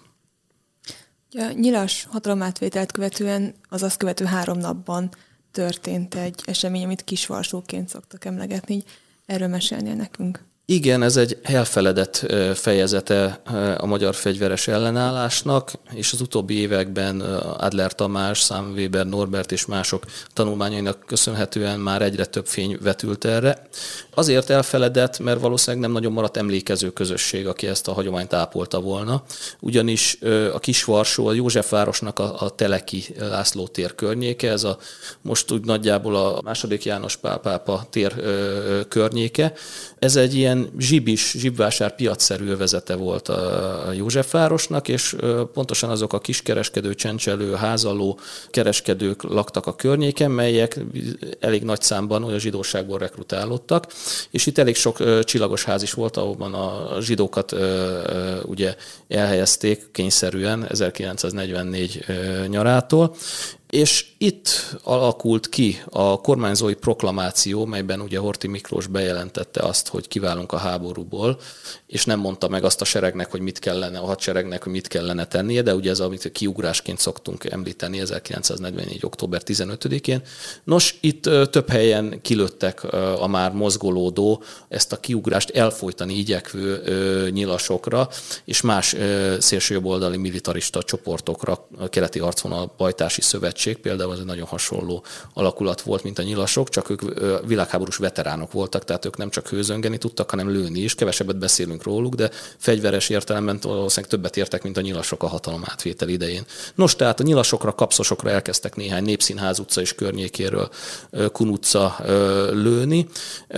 A nyilas hatalomátvételt követően, az azt követő három napban történt egy esemény, amit Kisvarsóként szoktak emlegetni. Erről mesélnél nekünk? Igen, ez egy elfeledett fejezete a magyar fegyveres ellenállásnak, és az utóbbi években Adler Tamás, Sam Weber, Norbert és mások tanulmányainak köszönhetően már egyre több fény vetült erre. Azért elfeledett, mert valószínűleg nem nagyon maradt emlékező közösség, aki ezt a hagyományt ápolta volna. Ugyanis a Kisvarsó, a Józsefvárosnak a, a Teleki László tér környéke, ez a most úgy nagyjából a második János Pál pápa tér ö, környéke. Ez egy ilyen zsibis, zsibvásár piacszerű övezete volt a Józsefvárosnak, és pontosan azok a kiskereskedő, csencselő, házaló kereskedők laktak a környéken, melyek elég nagy számban olyan zsidóságból rekrutálódtak, és itt elég sok csillagos ház is volt, ahol a zsidókat ugye elhelyezték kényszerűen ezerkilencszáznegyvennégy nyarától. És itt alakult ki a kormányzói proklamáció, melyben ugye Horthy Miklós bejelentette azt, hogy kiválunk a háborúból, és nem mondta meg azt a seregnek, hogy mit kellene, a hadseregnek, hogy mit kellene tennie, de ugye ez, amit kiugrásként szoktunk említeni ezerkilencszáznegyvennégy. október tizenötödikén. Nos, itt több helyen kilőttek a már mozgolódó, ezt a kiugrást elfojtani igyekvő nyilasokra, és más szélsőjobboldali militarista csoportokra, a keleti arcvonal bajtási szövetség, például ez egy nagyon hasonló alakulat volt, mint a nyilasok, csak ők világháborús veteránok voltak, tehát ők nem csak hőzöngeni tudtak, hanem lőni is. Kevesebbet beszélünk róluk, de fegyveres értelemben valószínűleg többet értek, mint a nyilasok a hatalom átvétel idején. Nos, tehát a nyilasokra, kapszosokra elkezdtek néhány Népszínház utca és környékéről Kun utca lőni,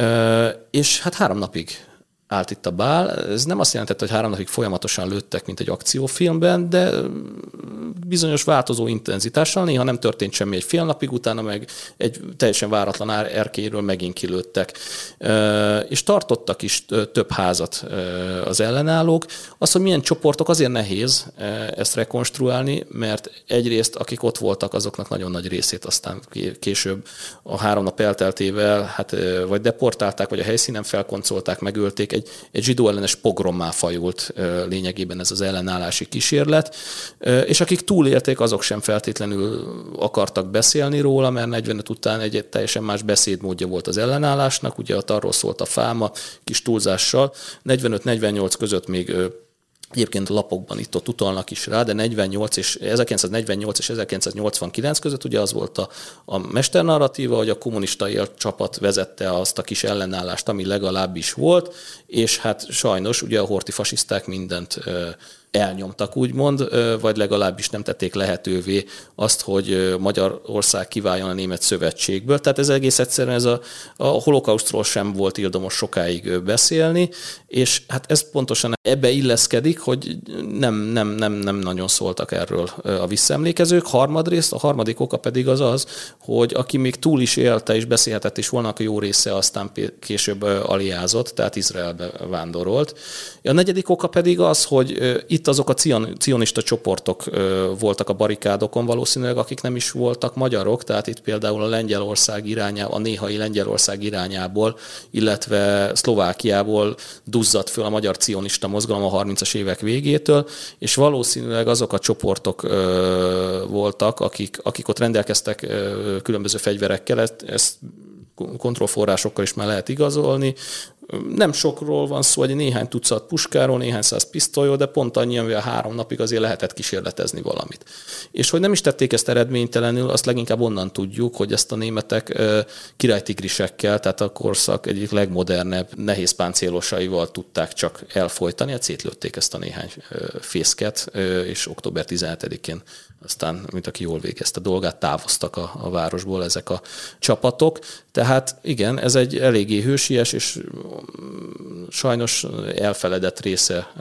és hát három napig állt itt a bál. Ez nem azt jelentette, hogy három napig folyamatosan lőttek, mint egy akciófilmben, de bizonyos változó intenzitással, néha nem történt semmi egy fél napig, utána meg egy teljesen váratlan erkélyről megint kilőttek. És tartottak is több házat az ellenállók. Az, hogy milyen csoportok, azért nehéz ezt rekonstruálni, mert egyrészt, akik ott voltak, azoknak nagyon nagy részét aztán később a három nap elteltével hát vagy deportálták, vagy a helyszínen felkoncolták, megölték. Egy, egy zsidó ellenes pogrommá fajult lényegében ez az ellenállási kísérlet, és akik túlélték, azok sem feltétlenül akartak beszélni róla, mert negyvenöt után egy teljesen más beszédmódja volt az ellenállásnak, ugye ott arról szólt a fáma, kis túlzással, negyvenöt negyvennyolc között még egyébként lapokban itt-ott utalnak is rá, de negyvennyolc és ezerkilencszáznegyvennyolc és ezerkilencszáznyolcvankilenc között ugye az volt a, a mesternarratíva, hogy a kommunista élcsapat vezette azt a kis ellenállást, ami legalábbis volt, és hát sajnos ugye a horthy fasiszták mindent elnyomtak, úgymond, vagy legalábbis nem tették lehetővé azt, hogy Magyarország kiváljon a Német Szövetségből. Tehát ez egész egyszerűen ez a, a holokausztról sem volt ildomos sokáig beszélni, és hát ez pontosan ebbe illeszkedik, hogy nem, nem, nem, nem nagyon szóltak erről a visszaemlékezők. Harmadrészt, a harmadik oka pedig az az, hogy aki még túl is élte és beszélhetett is volna, a jó része aztán később aliázott, tehát Izraelbe vándorolt. A negyedik oka pedig az, hogy itt azok a cionista csoportok voltak a barikádokon valószínűleg, akik nem is voltak magyarok, tehát itt például a Lengyelország irányából, a néhai Lengyelország irányából, illetve Szlovákiából duzzadt föl a magyar cionista mozgalom a harmincas évek végétől, és valószínűleg azok a csoportok voltak, akik, akik ott rendelkeztek különböző fegyverekkel, ezt, ezt kontrollforrásokkal is már lehet igazolni. Nem sokról van szó, egy néhány tucat puskáról, néhány száz pisztolyról, de pont annyian, hogy a három napig azért lehetett kísérletezni valamit. És hogy nem is tették ezt eredménytelenül, azt leginkább onnan tudjuk, hogy ezt a németek királytigrisekkel, tehát a korszak egyik legmodernebb nehéz páncélosaival tudták csak elfojtani, hát szétlőtték ezt a néhány fészket, és október tizenhetedikén aztán, mint aki jól végezte a dolgát, távoztak a, a városból ezek a csapatok. Tehát igen, ez egy eléggé hősies és sajnos elfeledett része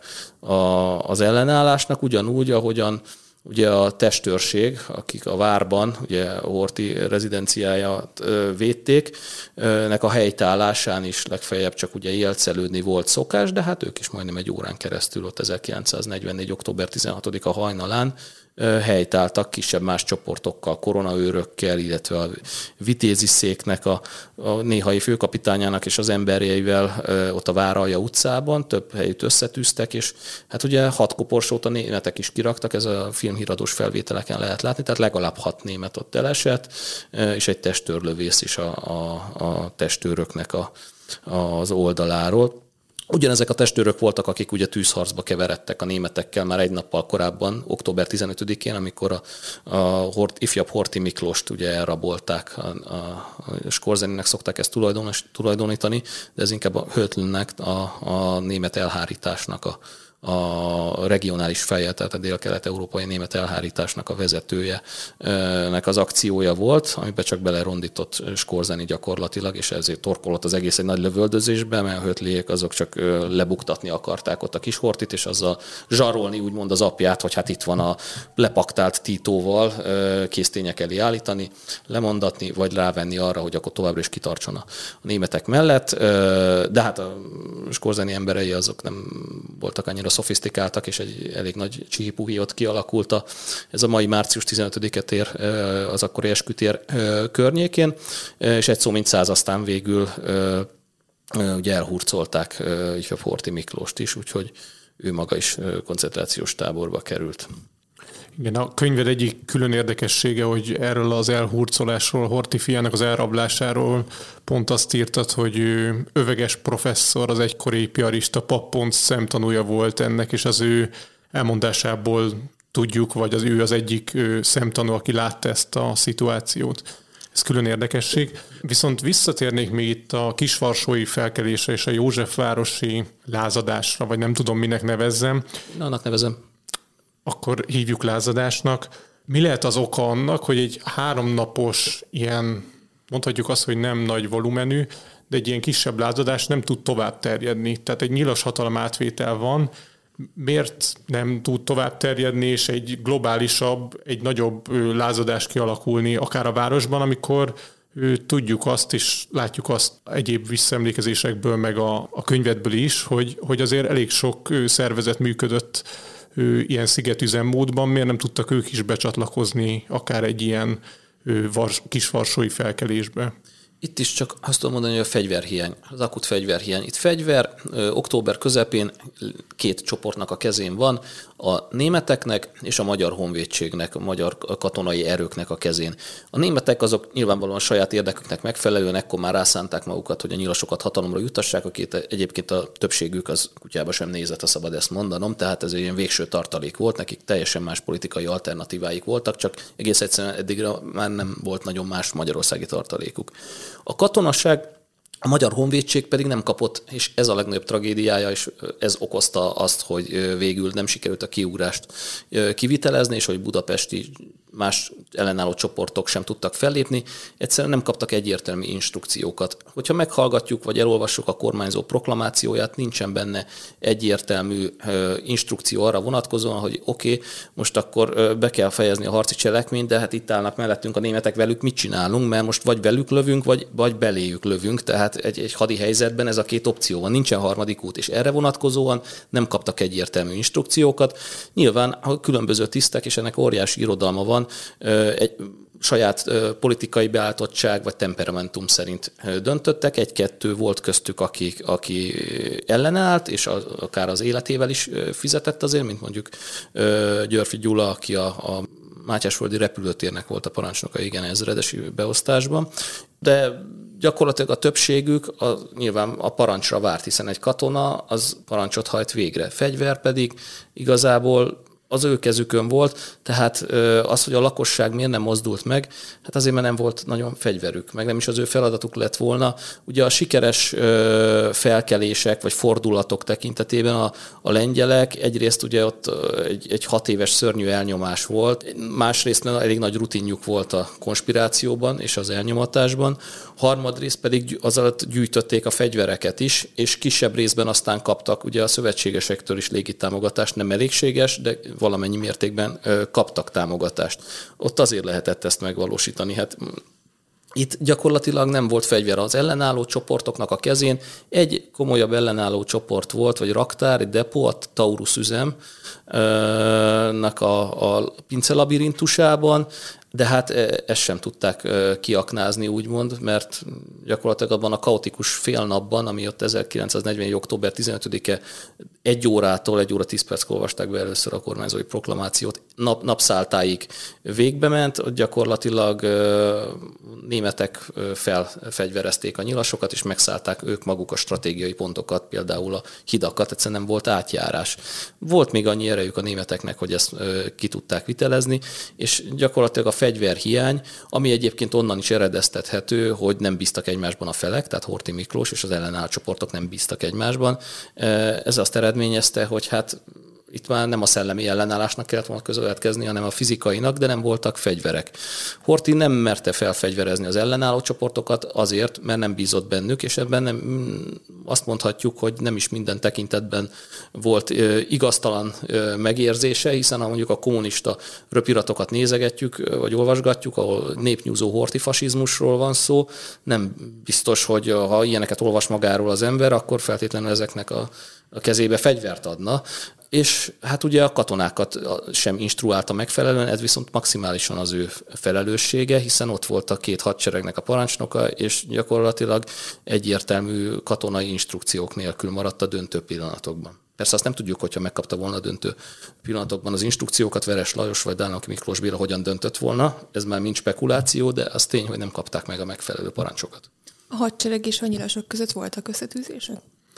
az ellenállásnak, ugyanúgy, ahogyan ugye a testőrség, akik a várban, ugye a Horthy rezidenciáját védték, nek a helytállásán is legfeljebb csak ugye élcelődni volt szokás, de hát ők is majdnem egy órán keresztül ott ezerkilencszáznegyvennégy. október tizenhatodika hajnalán helytáltak kisebb más csoportokkal, koronaőrökkel, illetve a vitézi széknek a, a néhai főkapitányának és az emberjeivel ott a Váralja utcában több helyütt összetűztek, és hát ugye hat koporsót a németek is kiraktak, ez a filmhíradós felvételeken lehet látni, tehát legalább hat német ott elesett, és egy testőrlövész is a, a, a testőröknek a az oldaláról. Ugyanezek a testőrök voltak, akik ugye tűzharcba keveredtek a németekkel már egy nappal korábban, október tizenötödikén, amikor a, a Hort, ifjabb Horthy Miklóst ugye elrabolták, a, a, a Skorzeninek szokták ezt tulajdonítani, de ez inkább a Hötlnnek, a, a német elhárításnak a a regionális feje, tehát a dél-kelet-európai német elhárításnak a vezetője nek az akciója volt, amiben csak belerondított Skorzeny gyakorlatilag, és ezért torkolott az egész egy nagy lövöldözésbe, mert a Hötliek azok csak lebuktatni akarták ott a kis Horthyt, és azzal zsarolni úgymond az apját, hogy hát itt van a lepaktált Titóval késztények elé állítani, lemondatni, vagy rávenni arra, hogy akkor továbbra is kitartson a németek mellett. De hát a Skorzeny emberei azok nem voltak annyira szofisztikáltak, és egy elég nagy csihipuhi ott kialakult. Ez a mai március tizenötödike tér az akkori eskütér környékén, és egy szó mint száz aztán végül ugye elhurcolták ifjabb Horthy Miklóst is, úgyhogy ő maga is koncentrációs táborba került. Igen, a könyved egyik külön érdekessége, hogy erről az elhurcolásról, Horthy fiának az elrablásáról pont azt írtad, hogy Öveges professzor, az egykori piarista pappont szemtanúja volt ennek, és az ő elmondásából tudjuk, vagy az ő az egyik szemtanú, aki látta ezt a szituációt. Ez külön érdekesség. Viszont visszatérnék még itt a kisvarsói felkelésre és a Józsefvárosi lázadásra, vagy nem tudom, minek nevezzem. Na, annak nevezem. Akkor hívjuk lázadásnak. Mi lehet az oka annak, hogy egy háromnapos ilyen, mondhatjuk azt, hogy nem nagy volumenű, de egy ilyen kisebb lázadás nem tud tovább terjedni. Tehát egy nyilas hatalom átvétel van, miért nem tud tovább terjedni, és egy globálisabb, egy nagyobb lázadás kialakulni, akár a városban, amikor tudjuk azt, és látjuk azt egyéb visszaemlékezésekből, meg a, a könyvedből is, hogy, hogy azért elég sok szervezet működött ilyen szigetüzemmódban, miért nem tudtak ők is becsatlakozni akár egy ilyen vars, kisvarsói felkelésbe? Itt is csak azt tudom mondani, hogy a fegyverhiány, az akut fegyverhiány. Itt fegyver ö, október közepén két csoportnak a kezén van, a németeknek és a magyar honvédségnek, a magyar katonai erőknek a kezén. A németek azok nyilvánvalóan a saját érdeküknek megfelelően ekkor már rászánták magukat, hogy a nyilasokat hatalomra juttassák, akit egyébként a többségük az kutyába sem nézett, ha szabad ezt mondanom, tehát ez egy ilyen végső tartalék volt, nekik teljesen más politikai alternatíváik voltak, csak egész egyszerűen eddigre már nem volt nagyon más magyarországi tartalékuk. A katonasság, a magyar honvédség pedig nem kapott, és ez a legnagyobb tragédiája, és ez okozta azt, hogy végül nem sikerült a kiugrást kivitelezni, és hogy budapesti más ellenálló csoportok sem tudtak fellépni, egyszerűen nem kaptak egyértelmű instrukciókat. Hogyha meghallgatjuk, vagy elolvassuk a kormányzó proklamációját, nincsen benne egyértelmű instrukció arra vonatkozóan, hogy oké, okay, most akkor be kell fejezni a harci cselekményt, de hát itt állnak mellettünk a németek, velük mit csinálunk, mert most vagy velük lövünk, vagy, vagy beléjük lövünk, tehát egy, egy hadi helyzetben ez a két opció van, nincsen harmadik út, és erre vonatkozóan nem kaptak egyértelmű instrukciókat. Nyilván a különböző tisztek, és ennek óriási irodalma van, egy saját politikai beállítottság vagy temperamentum szerint döntöttek. Egy-kettő volt köztük, aki, aki ellenállt, és az, akár az életével is fizetett azért, mint mondjuk Györfi Gyula, aki a, a Mátyásföldi repülőtérnek volt a parancsnoka, igen, ezredesi beosztásban. De gyakorlatilag a többségük a, nyilván a parancsra várt, hiszen egy katona az parancsot hajt végre. Fegyver pedig igazából az ő kezükön volt, tehát az, hogy a lakosság miért nem mozdult meg, hát azért, mert nem volt nagyon fegyverük, meg nem is az ő feladatuk lett volna. Ugye a sikeres felkelések vagy fordulatok tekintetében a, a lengyelek egyrészt ugye ott egy, egy hat éves szörnyű elnyomás volt, másrészt elég nagy rutinjuk volt a konspirációban és az elnyomatásban, harmadrészt pedig az alatt gyűjtötték a fegyvereket is, és kisebb részben aztán kaptak ugye a szövetségesektől is légitámogatást, nem elégséges, de valamennyi mértékben kaptak támogatást. Ott azért lehetett ezt megvalósítani. Hát itt gyakorlatilag nem volt fegyver az ellenálló csoportoknak a kezén. Egy komolyabb ellenálló csoport volt, vagy raktár, egy depó, a Taurus üzemnek a, a pincelabirintusában. de hát ezt sem tudták kiaknázni, úgymond, mert gyakorlatilag abban a kaotikus fél napban, ami ott ezerkilencszáznegyven. október tizenötödike egy órától, egy óra tíz perckor olvasták be először a kormányzói proklamációt, nap, napszáltáig végbe ment, gyakorlatilag németek felfegyverezték a nyilasokat, és megszállták ők maguk a stratégiai pontokat, például a hidakat, egyszerűen nem volt átjárás. Volt még annyi erejük a németeknek, hogy ezt ki tudták vitelezni, és gyakorlatilag a fegyverhiány, ami egyébként onnan is eredeztethető, hogy nem bíztak egymásban a felek, tehát Horthy Miklós és az ellenálló csoportok nem bíztak egymásban. Ez azt eredményezte, hogy hát itt már nem a szellemi ellenállásnak kellett volna következni, hanem a fizikainak, de nem voltak fegyverek. Horthy nem merte felfegyverezni az ellenálló csoportokat azért, mert nem bízott bennük, és ebben nem, azt mondhatjuk, hogy nem is minden tekintetben volt igaztalan megérzése, hiszen ha mondjuk a kommunista röpiratokat nézegetjük, vagy olvasgatjuk, ahol népnyúzó horthy fasizmusról van szó, nem biztos, hogy ha ilyeneket olvas magáról az ember, akkor feltétlenül ezeknek a, a kezébe fegyvert adna. És hát ugye a katonákat sem instruálta megfelelően, ez viszont maximálisan az ő felelőssége, hiszen ott volt a két hadseregnek a parancsnoka, és gyakorlatilag egyértelmű katonai instrukciók nélkül maradt a döntő pillanatokban. Persze azt nem tudjuk, hogyha megkapta volna a döntő pillanatokban az instrukciókat, Veres Lajos vagy Dálnoki Miklós Béla hogyan döntött volna, ez már mind spekuláció, de az tény, hogy nem kapták meg a megfelelő parancsokat. A hadsereg és a nyilasok között voltak összetűzések?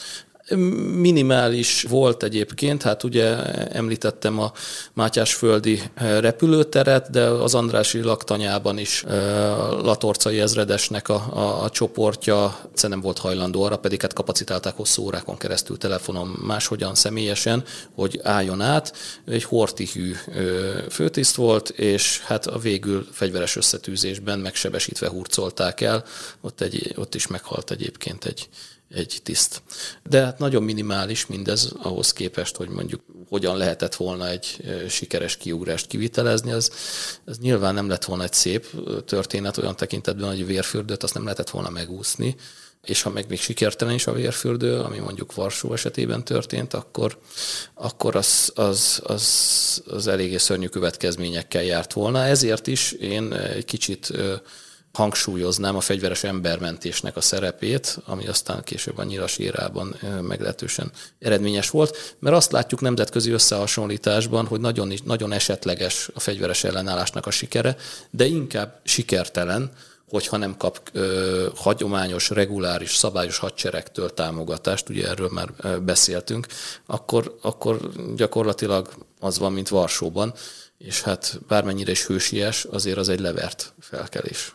Minimális volt egyébként, hát ugye említettem a Mátyásföldi repülőteret, de az Andrássy laktanyában is Latorcai ezredesnek a, a, a csoportja nem volt hajlandó arra, pedig hát kapacitálták hosszú órákon keresztül telefonon máshogyan személyesen, hogy álljon át. Egy horthy-hű főtiszt volt, és hát a végül fegyveres összetűzésben megsebesítve hurcolták el, ott, egy, ott is meghalt egyébként egy egy tiszt. De hát nagyon minimális mindez ahhoz képest, hogy mondjuk hogyan lehetett volna egy sikeres kiugrást kivitelezni, az, az nyilván nem lett volna egy szép történet olyan tekintetben, hogy a vérfürdőt azt nem lehetett volna megúszni, és ha meg még sikertelen is a vérfürdő, ami mondjuk Varsó esetében történt, akkor, akkor az, az, az, az eléggé szörnyű következményekkel járt volna. Ezért is én egy kicsit hangsúlyoznám a fegyveres embermentésnek a szerepét, ami aztán később a nyilas érában meglehetősen eredményes volt, mert azt látjuk nemzetközi összehasonlításban, hogy nagyon, nagyon esetleges a fegyveres ellenállásnak a sikere, de inkább sikertelen, hogyha nem kap ö, hagyományos, reguláris, szabályos hadseregtől támogatást, ugye erről már beszéltünk, akkor, akkor gyakorlatilag az van, mint Varsóban, és hát bármennyire is hősies, azért az egy levert felkelés.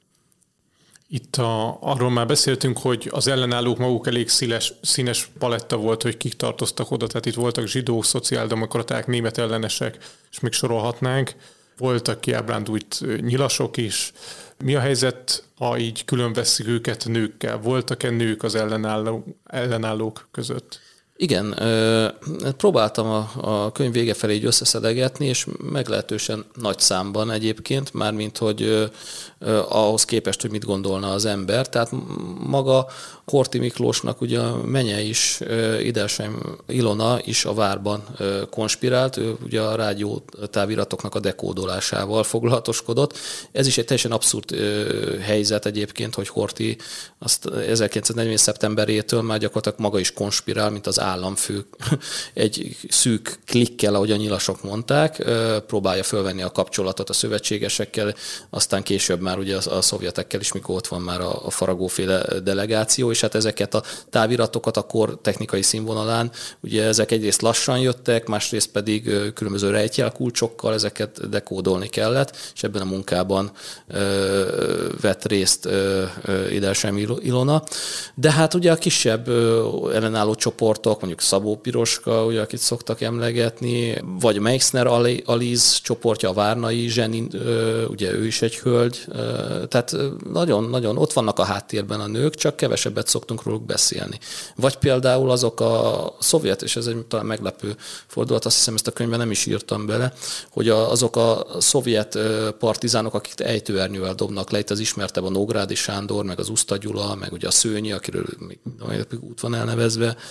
Itt a, arról már beszéltünk, hogy az ellenállók maguk elég színes, színes paletta volt, hogy kik tartoztak oda, tehát itt voltak zsidók, szociáldemokraták, német ellenesek, és még sorolhatnánk. Voltak kiábrándult nyilasok is. Mi a helyzet, ha így külön vesszük őket nőkkel? Voltak-e nők az ellenálló, ellenállók között? Igen, próbáltam a, a könyv vége felé így összeszedegetni, és meglehetősen nagy számban egyébként, mármint hogy ahhoz képest, hogy mit gondolna az ember. Tehát maga Horthy Miklósnak ugye a menye is, Idelsheim Ilona is a várban konspirált, ő ugye a rádió táviratoknak a dekódolásával foglalatoskodott. Ez is egy teljesen abszurd helyzet egyébként, hogy Horthy azt ezerkilencszáznegyven. szeptemberétől már gyakorlatilag maga is konspirál, mint az államfő egy szűk klikkel, ahogy a nyilasok mondták, próbálja fölvenni a kapcsolatot a szövetségesekkel, aztán később már ugye a, a szovjetekkel is, mikor ott van már a, a Faragóféle delegáció, és hát ezeket a táviratokat a kor technikai színvonalán, ugye ezek egyrészt lassan jöttek, másrészt pedig különböző rejtjelkulcsokkal ezeket dekódolni kellett, és ebben a munkában ö, vett részt Idelsheim Ilona. De hát ugye a kisebb ö, ellenálló csoportok, mondjuk Szabó Piroska, ugye, akit szoktak emlegetni, vagy Meixner Aliz csoportja, a Várnai Zseni, ugye ő is egy hölgy, tehát nagyon-nagyon ott vannak a háttérben a nők, csak kevesebbet szoktunk róluk beszélni. Vagy például azok a szovjet, és ez egy talán meglepő fordulat, azt hiszem ezt a könyvben nem is írtam bele, hogy azok a szovjet partizánok, akik ejtőernyővel dobnak le, itt az ismertebb a Nógrádi Sándor, meg az Uszta Gyula, meg ugye a Szőnyi, akiről még út van elnevezve,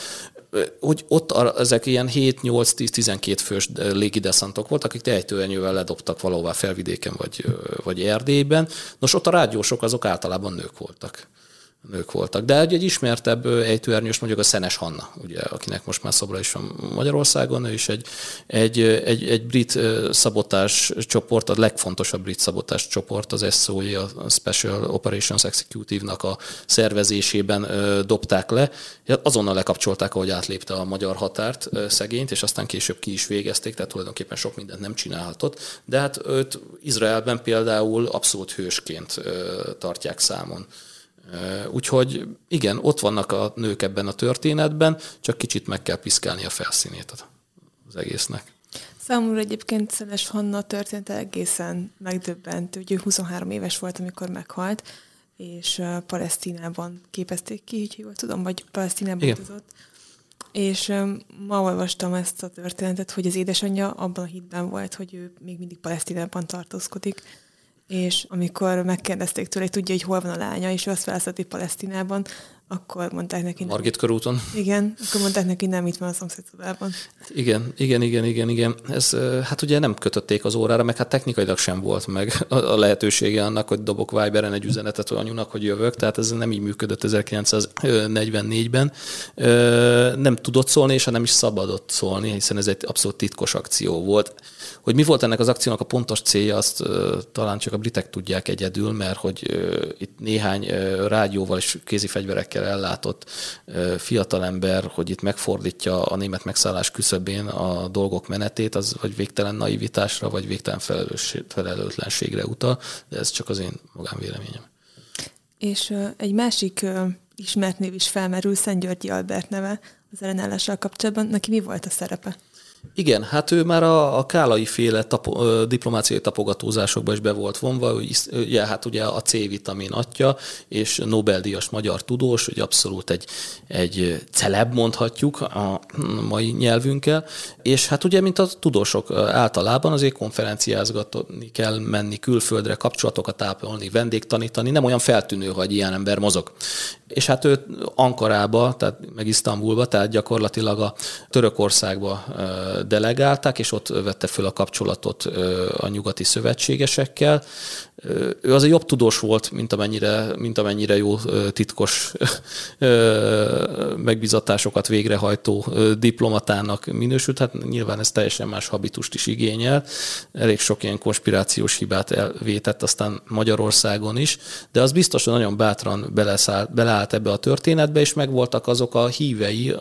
hogy ott ezek ilyen hét, nyolc, tíz, tizenkét fős légideszantok voltak, akik ejtőernyővel ledobtak valahová felvidéken vagy, vagy Erdélyben. Nos, ott a rádiósok azok általában nők voltak. nők voltak. De egy, egy ismertebb ejtőernyős mondjuk a Szenes Hanna, ugye, akinek most már szobra is van Magyarországon, ő is egy, egy, egy, egy brit szabotás csoport, a legfontosabb brit szabotás csoport, az S O E, a Special Operations Executive-nak a szervezésében dobták le. Azonnal lekapcsolták, ahogy átlépte a magyar határt szegényt, és aztán később ki is végezték, tehát tulajdonképpen sok mindent nem csinálhatott. De hát őt Izraelben például abszolút hősként tartják számon. Úgyhogy igen, ott vannak a nők ebben a történetben, csak kicsit meg kell piszkálni a felszínét az egésznek. Számomra egyébként Szenes Hanna története egészen megdöbbentő. Ugye huszonhárom éves volt, amikor meghalt, és Palesztinában képezték ki, így jól tudom, vagy Palesztinában utazott. És ma olvastam ezt a történetet, hogy az édesanyja abban a hitben volt, hogy ő még mindig Palesztinában tartózkodik. És amikor megkérdezték tőle, hogy tudja, hogy hol van a lánya, és ő azt felszati Palesztinában, akkor mondták neki... Margit körúton. Igen, akkor mondták neki, nem, itt van a szomszédszobában. Igen, igen, igen, igen, igen. Ez, hát ugye nem kötötték az órára, meg hát technikailag sem volt meg a lehetősége annak, hogy dobok Viberen egy üzenetet anyunak, hogy jövök, tehát ez nem így működött ezerkilencszáznegyvennégyben. Nem tudott szólni, és nem is szabadott szólni, hiszen ez egy abszolút titkos akció volt. Hogy mi volt ennek az akciónak a pontos célja, azt talán csak a britek tudják egyedül, mert hogy itt néhány rádióval és kézi fegyverekkel ellátott fiatalember, hogy itt megfordítja a német megszállás küszöbén a dolgok menetét, az vagy végtelen naivitásra, vagy végtelen felelőtlenségre utal, de ez csak az én magánvéleményem. És egy másik ismert név is felmerül, Szentgyörgyi Albert neve az ellenállással kapcsolatban. Neki mi volt a szerepe? Igen, hát ő már a, a Kálai féle tapo, diplomáciai tapogatózásokba is be volt vonva, ugye, hát ugye a C-vitamin atya, és Nobel-díjas magyar tudós, hogy abszolút egy, egy celeb mondhatjuk a mai nyelvünkkel, és hát ugye, mint a tudósok általában azért konferenciázgatni kell menni külföldre, kapcsolatokat ápolni, vendégtanítani, nem olyan feltűnő, hogy ilyen ember mozog. És hát őt Ankarába, tehát meg Isztambulba, tehát gyakorlatilag a Törökországba delegálták, és ott vette föl a kapcsolatot a nyugati szövetségesekkel. Ő az egy jobb tudós volt, mint amennyire, mint amennyire jó titkos megbizatásokat végrehajtó diplomatának minősült. Hát nyilván ez teljesen más habitust is igényel. Elég sok ilyen konspirációs hibát elvétett aztán Magyarországon is, de az biztos, hogy nagyon bátran beleszállt, beleállt ebbe a történetbe, és megvoltak azok a hívei,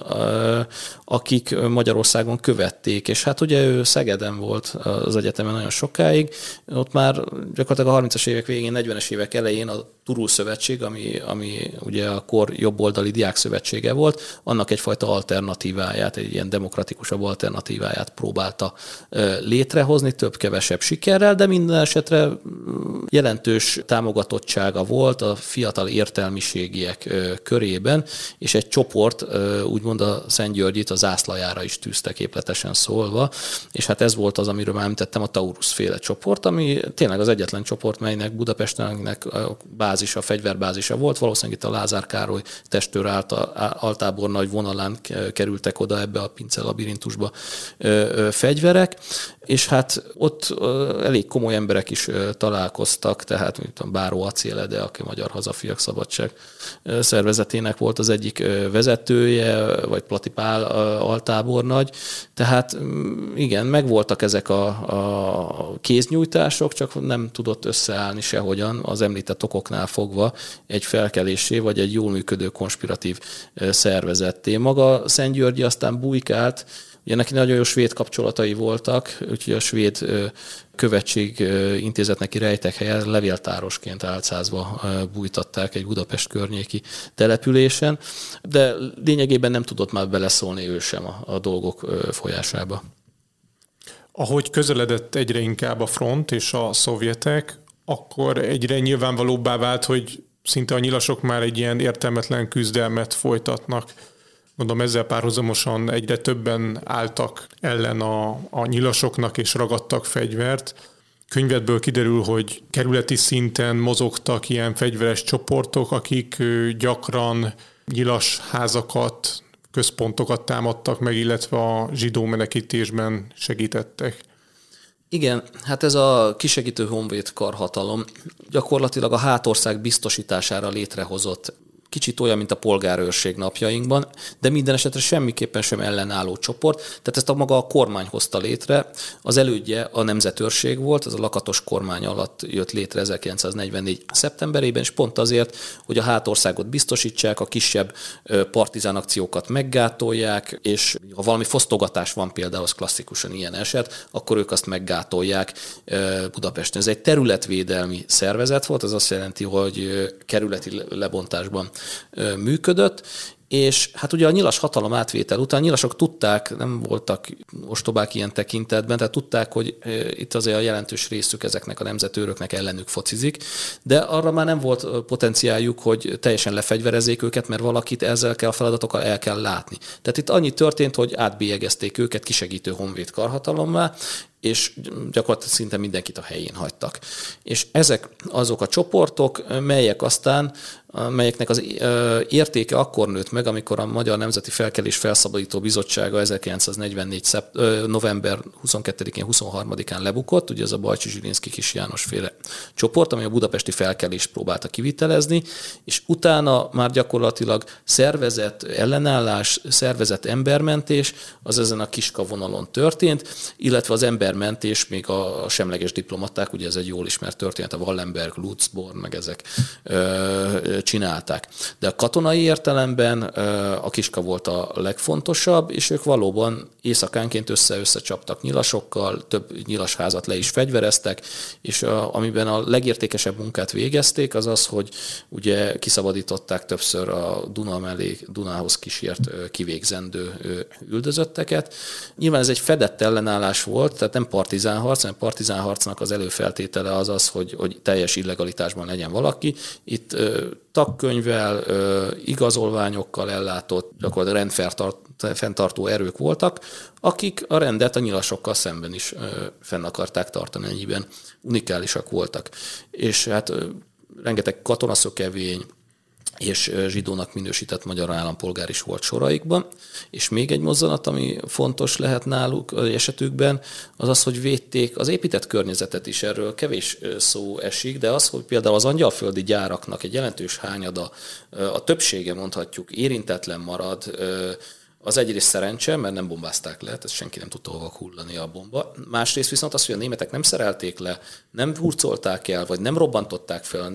akik Magyarországon követték. És hát ugye ő Szegeden volt az egyetemen nagyon sokáig, ott már gyakorlatilag a harmincas évek végén, negyvenes évek elején a Turul Szövetség, ami, ami ugye a kor jobboldali diákszövetsége volt, annak egyfajta alternatíváját, egy ilyen demokratikusabb alternatíváját próbálta létrehozni, több-kevesebb sikerrel, de minden esetre jelentős támogatottsága volt a fiatal értelmiségiek körében, és egy csoport úgymond a Szentgyörgyit a zászlajára is tűzte, képletesen szólva, és hát ez volt az, amiről már említettem, a Taurus féle csoport, ami tényleg az egyetlen csoport, melynek Budapestennek a bázisa, a fegyverbázisa volt, valószínűleg itt a Lázár Károly testőr altábor nagy vonalán kerültek oda ebbe a pince labirintusba fegyverek, és hát ott elég komoly emberek is találkoztak, tehát mint a Báró Acélede, aki a Magyar Hazafiak Szabadság szervezetének volt az egyik vezetője, vagy Plati Pál altábornagy, tehát igen, megvoltak ezek a, a kéznyújtások, csak nem tudott összeállni sehogyan az említett okoknál fogva egy felkelésé, vagy egy jól működő konspiratív szervezetté. Maga Szentgyörgyi aztán bujkált, ugye neki nagyon jó svéd kapcsolatai voltak, úgyhogy a svéd követség intézet neki rejtekhelye, levéltárosként álcázva bújtatták egy Budapest környéki településen, de lényegében nem tudott már beleszólni ő sem a, a dolgok folyásába. Ahogy közeledett egyre inkább a front és a szovjetek, akkor egyre nyilvánvalóbbá vált, hogy szinte a nyilasok már egy ilyen értelmetlen küzdelmet folytatnak. Mondom, ezzel párhuzamosan egyre többen álltak ellen a, a nyilasoknak és ragadtak fegyvert. Könyvedből kiderül, hogy kerületi szinten mozogtak ilyen fegyveres csoportok, akik gyakran nyilas házakat, központokat támadtak meg, illetve a zsidó menekítésben segítettek. Igen, hát ez a kisegítő honvéd karhatalom gyakorlatilag a hátország biztosítására létrehozott, kicsit olyan, mint a polgárőrség napjainkban, de minden esetre semmiképpen sem ellenálló csoport. Tehát ezt a maga a kormány hozta létre. Az elődje a nemzetőrség volt, ez a Lakatos kormány alatt jött létre ezerkilencszáznegyvennégy szeptemberében, és pont azért, hogy a hátországot biztosítsák, a kisebb partizán akciókat meggátolják, és ha valami fosztogatás van például, az klasszikusan ilyen eset, akkor ők azt meggátolják Budapesten. Ez egy területvédelmi szervezet volt, ez azt jelenti, hogy kerületi lebontásban működött, és hát ugye a nyilas hatalom átvétel után nyilasok tudták, nem voltak ostobák ilyen tekintetben, tehát tudták, hogy itt azért a jelentős részük ezeknek a nemzetőröknek ellenük focizik, de arra már nem volt potenciáljuk, hogy teljesen lefegyverezzék őket, mert valakit ezzel kell a feladatokkal el kell látni. Tehát itt annyi történt, hogy átbélyegezték őket kisegítő honvéd karhatalommá, és gyakorlatilag szinte mindenkit a helyén hagytak. És ezek azok a csoportok, melyek aztán, melyeknek az értéke akkor nőtt meg, amikor a Magyar Nemzeti Felkelés Felszabadító Bizottsága ezerkilencszáznegyvennégy november huszonkettedikén, huszonharmadikán lebukott, ugye ez a Bajcsy-Zsilinszky Kis János féle csoport, ami a budapesti felkelést próbálta kivitelezni, és utána már gyakorlatilag szervezett ellenállás, szervezett embermentés, az ezen a Kiska vonalon történt, illetve az embermentés még a semleges diplomaták, ugye ez egy jól ismert történet, a Wallenberg, Lutz, Born, meg ezek ö, csinálták. De a katonai értelemben a Kiska volt a legfontosabb, és ők valóban éjszakánként össze-össze csaptak nyilasokkal, több nyilasházat le is fegyvereztek, és a, amiben a legértékesebb munkát végezték, az az, hogy ugye kiszabadították többször a Duna mellé, Dunához kísért kivégzendő üldözötteket. Nyilván ez egy fedett ellenállás volt, tehát nem partizánharc, hanem partizánharcnak az előfeltétele az az, hogy, hogy teljes illegalitásban legyen valaki. Itt tagkönyvvel, igazolványokkal ellátott, gyakorlatilag rendfenntartó erők voltak, akik a rendet a nyilasokkal szemben is fenn akarták tartani, ennyiben unikálisak voltak. És hát rengeteg katonaszökevény és zsidónak minősített magyar állampolgár is volt soraikban. És még egy mozzanat, ami fontos lehet náluk esetükben, az az, hogy védték az épített környezetet is, erről kevés szó esik, de az, hogy például az angyalföldi gyáraknak egy jelentős hányada, a többsége mondhatjuk érintetlen marad, az egyrészt szerencse, mert nem bombázták le, tehát senki nem tudta hova hullani a bomba. Másrészt viszont az, hogy a németek nem szerelték le, nem hurcolták el, vagy nem robbantották fel.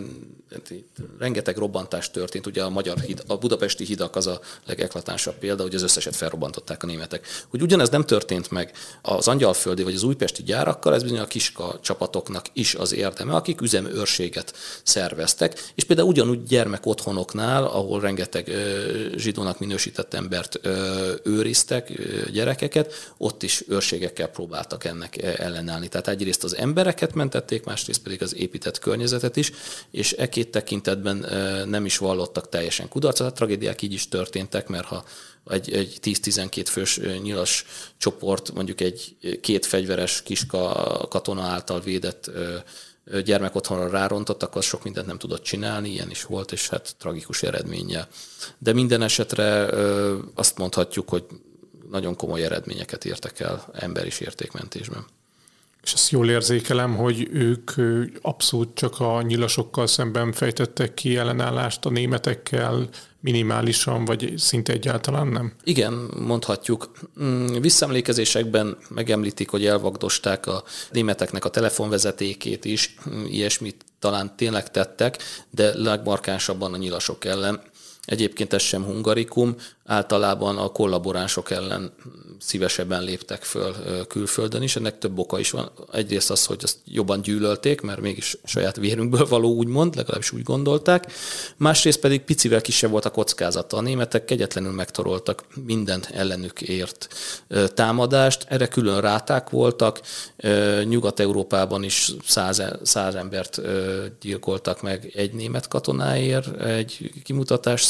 Rengeteg robbantás történt. Ugye a magyar híd, a budapesti hidak az a legeklatánsabb példa, hogy az összeset felrobbantották a németek. Hogy ugyanez nem történt meg az angyalföldi vagy az újpesti gyárakkal, ez bizony a Kiska csapatoknak is az érdeme, akik üzemőrséget szerveztek, és például ugyanúgy gyermekotthonoknál, ahol rengeteg zsidónak minősített embert őriztek, gyerekeket, ott is őrségekkel próbáltak ennek ellenállni. Tehát egyrészt az embereket mentették, másrészt pedig az épített környezetet is, és e két tekintetben nem is vallottak teljesen kudarcot. A tragédiák így is történtek, mert ha egy, egy tíz-tizenkét fős nyilas csoport, mondjuk egy két fegyveres Kiska katona által védett gyermekotthonra rárontott, akkor sok mindent nem tudott csinálni, ilyen is volt, és hát tragikus eredménnyel. De minden esetre azt mondhatjuk, hogy nagyon komoly eredményeket értek el emberi értékmentésben. És azt jól érzékelem, hogy ők abszolút csak a nyilasokkal szemben fejtettek ki ellenállást, a németekkel minimálisan, vagy szinte egyáltalán nem? Igen, mondhatjuk. Visszaemlékezésekben megemlítik, hogy elvagdosták a németeknek a telefonvezetékét is, ilyesmit talán tényleg tettek, de legmarkánsabban a nyilasok ellen. Egyébként ez sem hungarikum, általában a kollaboránsok ellen szívesebben léptek föl külföldön is. Ennek több oka is van. Egyrészt az, hogy azt jobban gyűlölték, mert mégis saját vérünkből való, úgymond, legalábbis úgy gondolták. Másrészt pedig picivel kisebb volt a kockázata. A németek kegyetlenül megtoroltak minden ellenük ért támadást. Erre külön ráták voltak. Nyugat-Európában is száz, száz embert gyilkoltak meg egy német katonáért egy kimutatás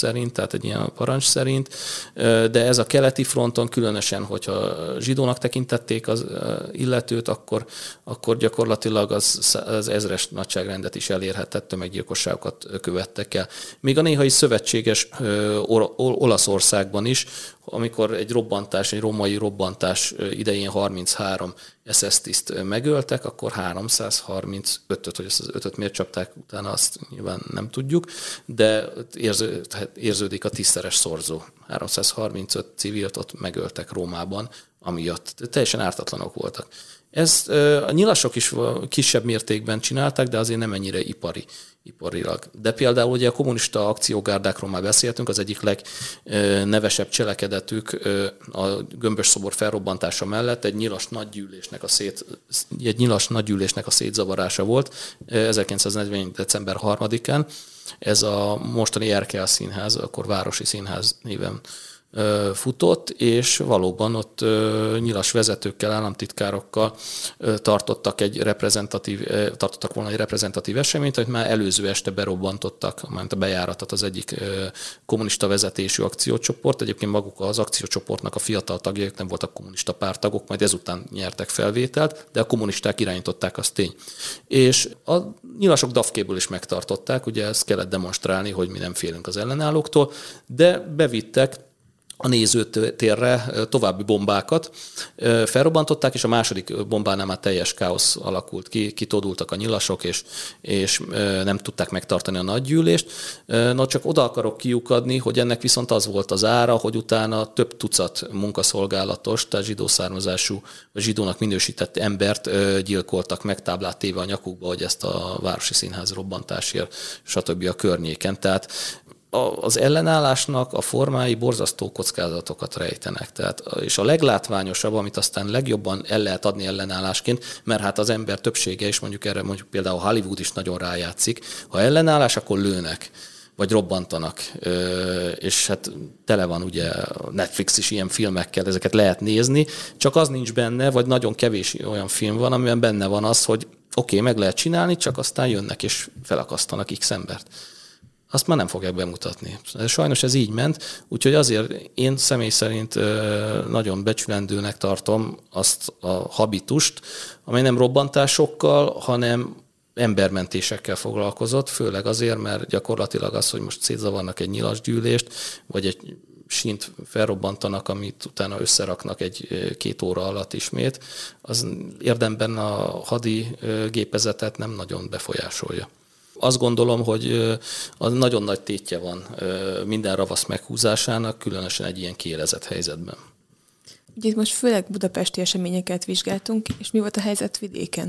szerint, tehát egy ilyen parancs szerint, de ez a keleti fronton különösen, hogyha zsidónak tekintették az illetőt, akkor, akkor gyakorlatilag az, az ezres nagyságrendet is elérhetett, tömeggyilkosságokat követtek el. Még a néhai szövetséges Olaszországban is, amikor egy robbantás, egy római robbantás idején harminchárom es es tiszt megöltek, akkor háromszázharmincötöt, hogy ezt az ötöt miért csapták utána, azt nyilván nem tudjuk, de érző, érződik a tízszeres szorzó. háromszázharmincöt civilt ott megöltek Rómában, amiatt teljesen ártatlanok voltak. Ezt a nyilasok is kisebb mértékben csinálták, de azért nem ennyire ipari, iparilag. De például ugye a kommunista akciógárdákról már beszéltünk, az egyik legnevesebb cselekedetük a Gömbös szobor felrobbantása mellett egy nyilas nagygyűlésnek a, szét, egy nyilas nagygyűlésnek a szétzavarása volt ezerkilencszáznegyven. december harmadikán. Ez a mostani Erkel Színház, akkor Városi Színház néven futott, és valóban ott nyilas vezetőkkel, államtitkárokkal tartottak egy reprezentatív, tartottak volna egy reprezentatív eseményt, amit már előző este berobbantottak, mert a bejáratot az egyik kommunista vezetésű akciócsoport. Egyébként maguk az akciócsoportnak a fiatal tagjai nem voltak kommunista párttagok, majd ezután nyertek felvételt, de a kommunisták irányították, az tény. És a nyilasok dafkéből is megtartották, ugye ezt kellett demonstrálni, hogy mi nem félünk az ellenállóktól, de bevittek a nézőtérre további bombákat felrobbantották, és a második bombánál már teljes káosz alakult ki, kitódultak a nyilasok, és, és nem tudták megtartani a nagygyűlést. Na, csak oda akarok kiukadni, hogy ennek viszont az volt az ára, hogy utána több tucat munkaszolgálatos, tehát zsidó származású, vagy zsidónak minősített embert gyilkoltak meg, táblát téve a nyakukba, hogy ezt a Városi Színház robbantásért, stb. A környéken. Tehát az ellenállásnak a formái borzasztó kockázatokat rejtenek. Tehát, és a leglátványosabb, amit aztán legjobban el lehet adni ellenállásként, mert hát az ember többsége is, mondjuk erre mondjuk például Hollywood is nagyon rájátszik, ha ellenállás, akkor lőnek, vagy robbantanak. És hát tele van ugye Netflix is ilyen filmekkel, ezeket lehet nézni, csak az nincs benne, vagy nagyon kevés olyan film van, amiben benne van az, hogy oké, okay, meg lehet csinálni, csak aztán jönnek és felakasztanak X embert. Azt már nem fogják bemutatni. Sajnos ez így ment, úgyhogy azért én személy szerint nagyon becsülendőnek tartom azt a habitust, amely nem robbantásokkal, hanem embermentésekkel foglalkozott, főleg azért, mert gyakorlatilag az, hogy most szétzavarnak egy nyilasgyűlést, vagy egy sínt felrobbantanak, amit utána összeraknak egy-két óra alatt ismét, az érdemben a hadi gépezetet nem nagyon befolyásolja. Azt gondolom, hogy az nagyon nagy tétje van minden ravasz meghúzásának, különösen egy ilyen kiélezett helyzetben. Ugye itt most főleg budapesti eseményeket vizsgáltunk, és mi volt a helyzet vidéken?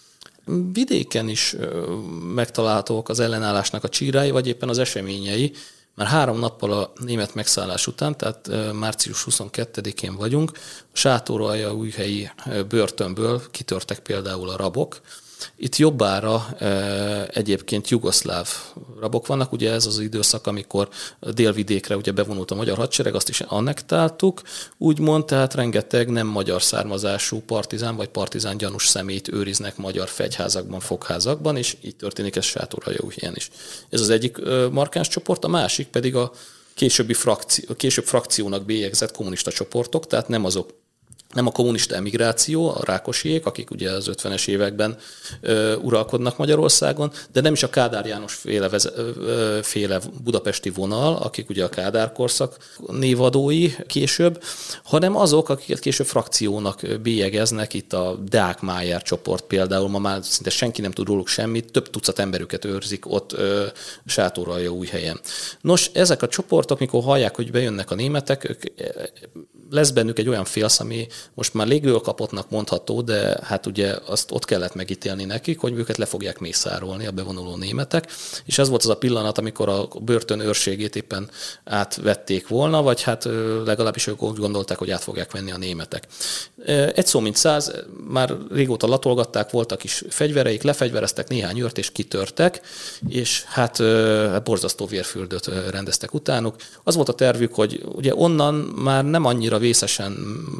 Vidéken is megtalálhatók az ellenállásnak a csírái, vagy éppen az eseményei. Már három nappal a német megszállás után, tehát március huszonkettedikén vagyunk, a Sátoraljaújhelyi börtönből kitörtek például a rabok. Itt jobbára egyébként jugoszláv rabok vannak, ugye ez az időszak, amikor délvidékre ugye bevonult a magyar hadsereg, azt is annektáltuk, úgymond, tehát rengeteg nem magyar származású partizán vagy partizán gyanús személyt őriznek magyar fegyházakban, fogházakban, és így történik ez Sátoraljaújhelyen is. Ez az egyik markáns csoport, a másik pedig a későbbi frakció, később frakciónak bélyegzett kommunista csoportok, tehát nem azok, nem a kommunista emigráció, a Rákosiék, akik ugye az ötvenes években ö, uralkodnak Magyarországon, de nem is a Kádár János féle, ö, féle budapesti vonal, akik ugye a Kádár korszak névadói később, hanem azok, akiket később frakciónak bélyegeznek, itt a Deák Májer csoport például, ma már szinte senki nem tud róluk semmit, több tucat emberüket őrzik ott ö, Sátoraljaújhelyen. Nos, ezek a csoportok, mikor hallják, hogy bejönnek a németek, ők, lesz bennük egy olyan félsz, ami most már légről kapottnak mondható, de hát ugye azt ott kellett megítélni nekik, hogy őket le fogják mészárolni a bevonuló németek, és ez volt az a pillanat, amikor a börtön őrségét éppen átvették volna, vagy hát legalábbis ők úgy gondolták, hogy át fogják venni a németek. Egy szó mint száz, már régóta latolgatták, voltak is fegyvereik, lefegyvereztek néhány őrt és kitörtek, és hát borzasztó vérfürdőt rendeztek utánuk. Az volt a tervük, hogy ugye onnan már nem annyira vészesen messze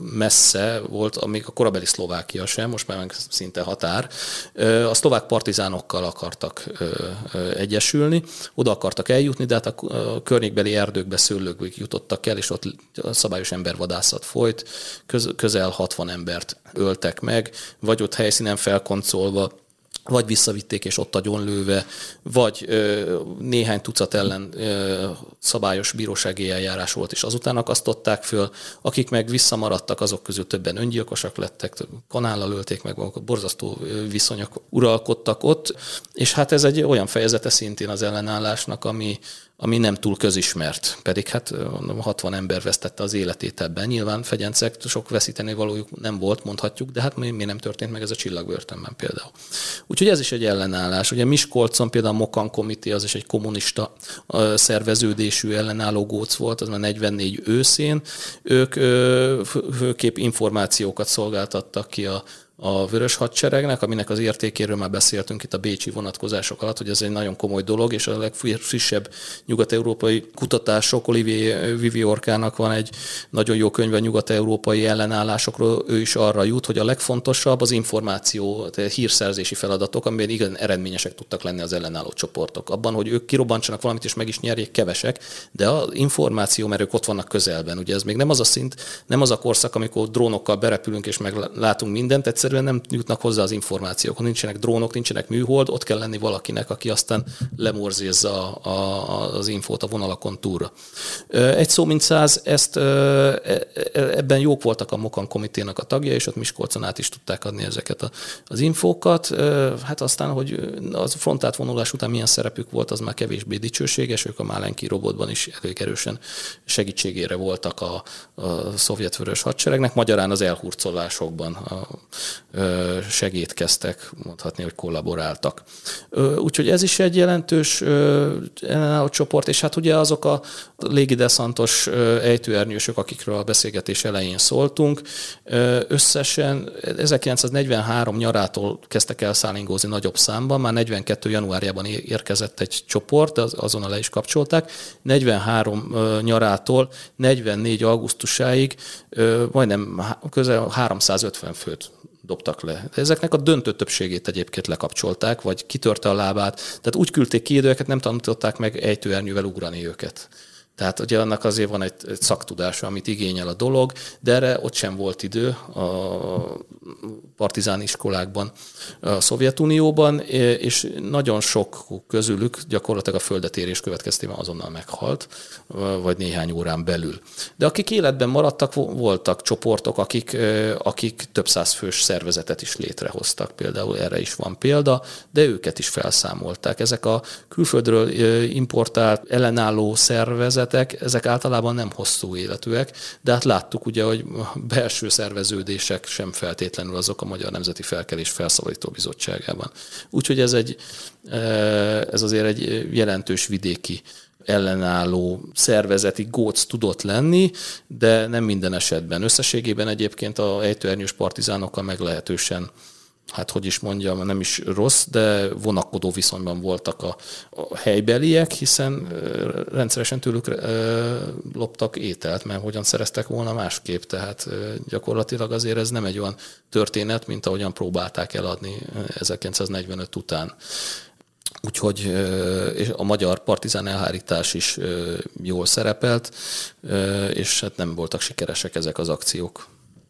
messze volt, amíg a korabeli Szlovákia sem, most már szinte határ, a szlovák partizánokkal akartak egyesülni, oda akartak eljutni, de hát a környékbeli erdőkbe, szőlőkbe jutottak el, és ott szabályos embervadászat folyt, közel hatvan embert öltek meg, vagy ott helyszínen felkoncolva, vagy visszavitték és ott agyonlőve, vagy ö, néhány tucat ellen ö, szabályos bírósági eljárás volt, és azután akasztották föl. Akik meg visszamaradtak, azok közül többen öngyilkosak lettek, kanállal ölték meg magukat, borzasztó viszonyok uralkodtak ott, és hát ez egy olyan fejezete szintén az ellenállásnak, ami, ami nem túl közismert, pedig hát hatvan ember vesztette az életét ebben. Nyilván fegyencek, sok veszíteni valójuk nem volt, mondhatjuk, de hát mi, mi nem történt meg ez a Csillagbörtönben például. Úgyhogy ez is egy ellenállás. Ugye Miskolcon például a Mokan Comité, az is egy kommunista szerveződésű ellenálló góc volt, az már negyvennégy őszén. Ők főképp információkat szolgáltattak ki a a Vörös Hadseregnek, aminek az értékéről már beszéltünk itt a bécsi vonatkozások alatt, hogy ez egy nagyon komoly dolog, és a legfrissebb nyugat-európai kutatások, Olivier Viviorkának van egy nagyon jó könyve nyugat-európai ellenállásokról, ő is arra jut, hogy a legfontosabb az információ, hírszerzési feladatok, amiben igen eredményesek tudtak lenni az ellenálló csoportok. Abban, hogy ők kirobbantsanak valamit és meg is nyerjék, kevesek, de az információ, mert ők ott vannak közelben. Ugye ez még nem az a szint, nem az a korszak, amikor drónokkal berepülünk és meglátunk mindent, egyszerűen nem jutnak hozzá az információk. Ha nincsenek drónok, nincsenek műhold, ott kell lenni valakinek, aki aztán lemorzézza a, a, az infót a vonalakon túlra. Egy szó mint száz, ezt, ebben jók voltak a Mokan Komiténak a tagja, és ott Miskolcon át is tudták adni ezeket a, az infókat. Hát aztán, hogy az frontátvonulás után milyen szerepük volt, az már kevésbé dicsőséges, ők a Málenki robotban is elég erősen segítségére voltak a, a szovjet Vörös Hadseregnek, magyarán az elhurcolásokban a, segítkeztek, mondhatni, hogy kollaboráltak. Úgyhogy ez is egy jelentős ellenálló csoport, és hát ugye azok a légideszantos ejtőernyősök, akikről a beszélgetés elején szóltunk, összesen ezerkilencszáznegyvenhárom nyarától kezdtek el szállingózni nagyobb számban, már negyvenkettő januárjában érkezett egy csoport, azonnal le is kapcsolták, negyvenhárom nyarától negyvennégy augusztusáig majdnem közel háromszázötven főt dobtak le. De ezeknek a döntő többségét egyébként lekapcsolták, vagy kitörte a lábát. Tehát úgy küldték ki, de őket nem tanították meg ejtőernyővel ugrani őket. Tehát ugye annak azért van egy, egy szaktudása, amit igényel a dolog, de erre ott sem volt idő a partizán iskolákban a Szovjetunióban, és nagyon sok közülük gyakorlatilag a földetérés következtében azonnal meghalt, vagy néhány órán belül. De akik életben maradtak, voltak csoportok, akik, akik több száz fős szervezetet is létrehoztak. Például erre is van példa, de őket is felszámolták. Ezek a külföldről importált ellenálló szervezet, ezek általában nem hosszú életűek, de hát láttuk ugye, hogy belső szerveződések sem feltétlenül azok a Magyar Nemzeti Felkelés Felszabadító Bizottságában. Úgyhogy ez, egy, ez azért egy jelentős vidéki ellenálló szervezeti góc tudott lenni, de nem minden esetben. Összességében egyébként a ejtőernyős partizánokkal meglehetősen, hát hogy is mondjam, nem is rossz, de vonakodó viszonyban voltak a, a helybeliek, hiszen rendszeresen tőlük loptak ételt, mert hogyan szereztek volna másképp. Tehát gyakorlatilag azért ez nem egy olyan történet, mint ahogyan próbálták eladni ezerkilencszáznegyvenöt után. Úgyhogy és a magyar partizán elhárítás is jól szerepelt, és hát nem voltak sikeresek ezek az akciók.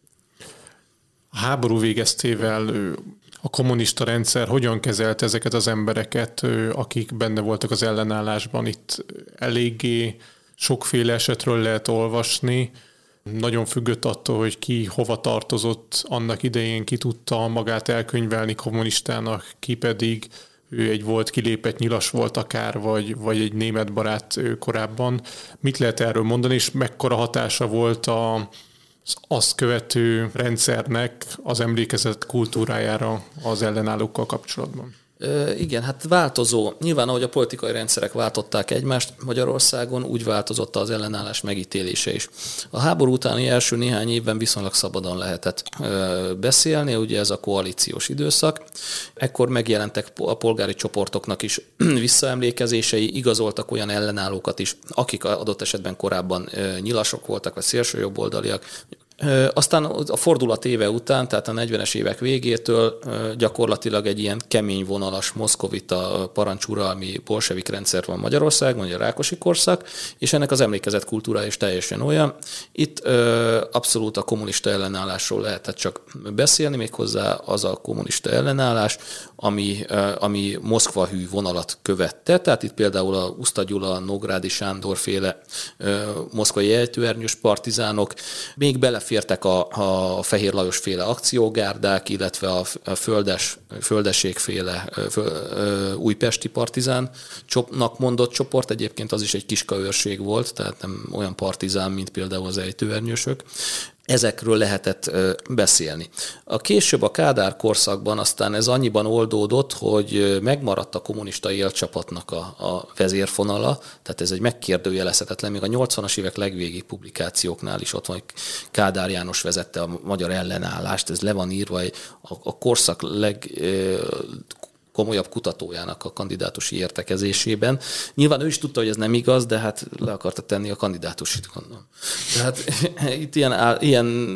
A háború végeztével a kommunista rendszer hogyan kezelte ezeket az embereket, akik benne voltak az ellenállásban? Itt eléggé sokféle esetről lehet olvasni. Nagyon függött attól, hogy ki hova tartozott annak idején, ki tudta magát elkönyvelni kommunistának, ki pedig ő egy volt kilépett nyilas volt akár, vagy, vagy egy német barát korábban. Mit lehet erről mondani, és mekkora hatása volt a az azt követő rendszernek az emlékezet kultúrájára az ellenállókkal kapcsolatban? Ö, igen, hát változó. Nyilván, ahogy a politikai rendszerek váltották egymást Magyarországon, úgy változott az ellenállás megítélése is. A háború utáni első néhány évben viszonylag szabadon lehetett ö, beszélni, ugye ez a koalíciós időszak. Ekkor megjelentek a polgári csoportoknak is visszaemlékezései, igazoltak olyan ellenállókat is, akik adott esetben korábban ö, nyilasok voltak, vagy szélsőjobboldaliak, Aztán a fordulat éve után, tehát a negyvenes évek végétől gyakorlatilag egy ilyen kemény vonalas moszkovita parancsuralmi bolsevik rendszer van Magyarországon, vagy a Rákosi korszak, és ennek az emlékezett kultúra is teljesen olyan. Itt abszolút a kommunista ellenállásról lehetett csak beszélni, méghozzá az a kommunista ellenállás, ami, ami Moszkva hű vonalat követte, tehát itt például a Uszta Gyula, Nógrádi Sándor féle moszkvai ejtőernyős partizánok, még belefértek a, a Fehér Lajos féle akciógárdák, illetve a, a földes, földesség féle föl, újpesti partizánnak mondott csoport, egyébként az is egy kiskaőrség volt, tehát nem olyan partizán, mint például az ejtőernyősök. Ezekről lehetett beszélni. A később a Kádár korszakban aztán ez annyiban oldódott, hogy megmaradt a kommunista élcsapatnak a, a vezérfonala, tehát ez egy megkérdőjelezhetetlen, még a nyolcvanas évek legvégi publikációknál is ott van, hogy Kádár János vezette a magyar ellenállást, ez le van írva a, a korszak leg komolyabb kutatójának a kandidátusi értekezésében. Nyilván ő is tudta, hogy ez nem igaz, de hát le akarta tenni a kandidátusit, gondolom. Tehát itt ilyen, ilyen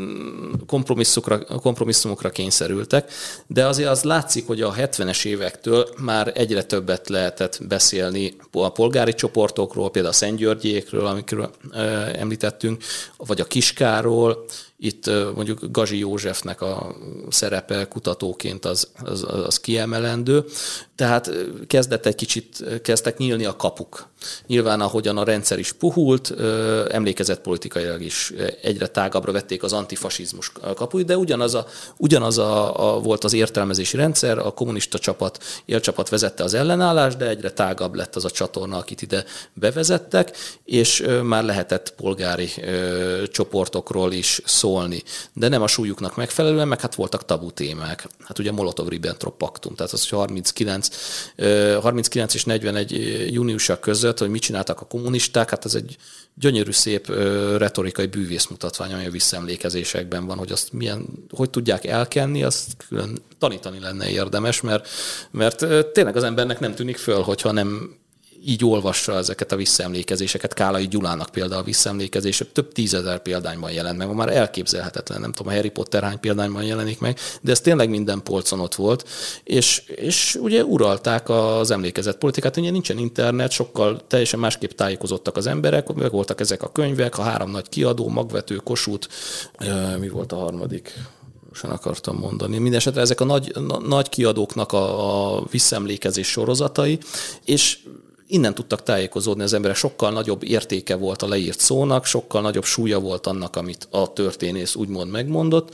kompromisszumokra kényszerültek, de azért az látszik, hogy a hetvenes évektől már egyre többet lehetett beszélni a polgári csoportokról, például a Szentgyörgyékről, amikről említettünk, vagy a Kiskáról. Itt mondjuk Gazsi Józsefnek a szerepe kutatóként az, az, az kiemelendő. Tehát kezdett egy kicsit, kezdtek nyílni a kapuk. Nyilván, ahogyan a rendszer is puhult, emlékezett politikailag is egyre tágabbra vették az antifasizmus kapuit, de ugyanaz, a, ugyanaz a, a, volt az értelmezési rendszer, a kommunista csapat, élcsapat vezette az ellenállást, de egyre tágabb lett az a csatorna, akit ide bevezettek, és már lehetett polgári ö, csoportokról is szólni, de nem a súlyuknak megfelelően, meg hát voltak tabu témák. Hát ugye Molotov-Ribbentrop paktum, tehát az, hogy harminckilenc, harminckilenc és negyvenegy júniusa között, hogy mit csináltak a kommunisták, hát ez egy gyönyörű, szép retorikai bűvészmutatvány, ami a visszaemlékezésekben van, hogy azt milyen, hogy tudják elkenni, azt külön tanítani lenne érdemes, mert, mert tényleg az embernek nem tűnik föl, hogyha nem így olvassa ezeket a visszaemlékezéseket. Kálai Gyulának például a visszaemlékezése több tízezer példányban jelent meg, ma már elképzelhetetlen, nem tudom, a Harry Potter hány példányban jelenik meg, de ez tényleg minden polcon ott volt, és, és ugye uralták az emlékezett politikát, ugye nincsen internet, sokkal teljesen másképp tájékozottak az emberek, meg voltak ezek a könyvek, a három nagy kiadó, Magvető, Kossuth, mi volt a harmadik? Sem akartam mondani. Mindenesetre ezek a nagy, nagy kiadóknak a, a visszaemlékezés sorozatai, és innen tudtak tájékozódni az emberek, sokkal nagyobb értéke volt a leírt szónak, sokkal nagyobb súlya volt annak, amit a történész úgymond megmondott,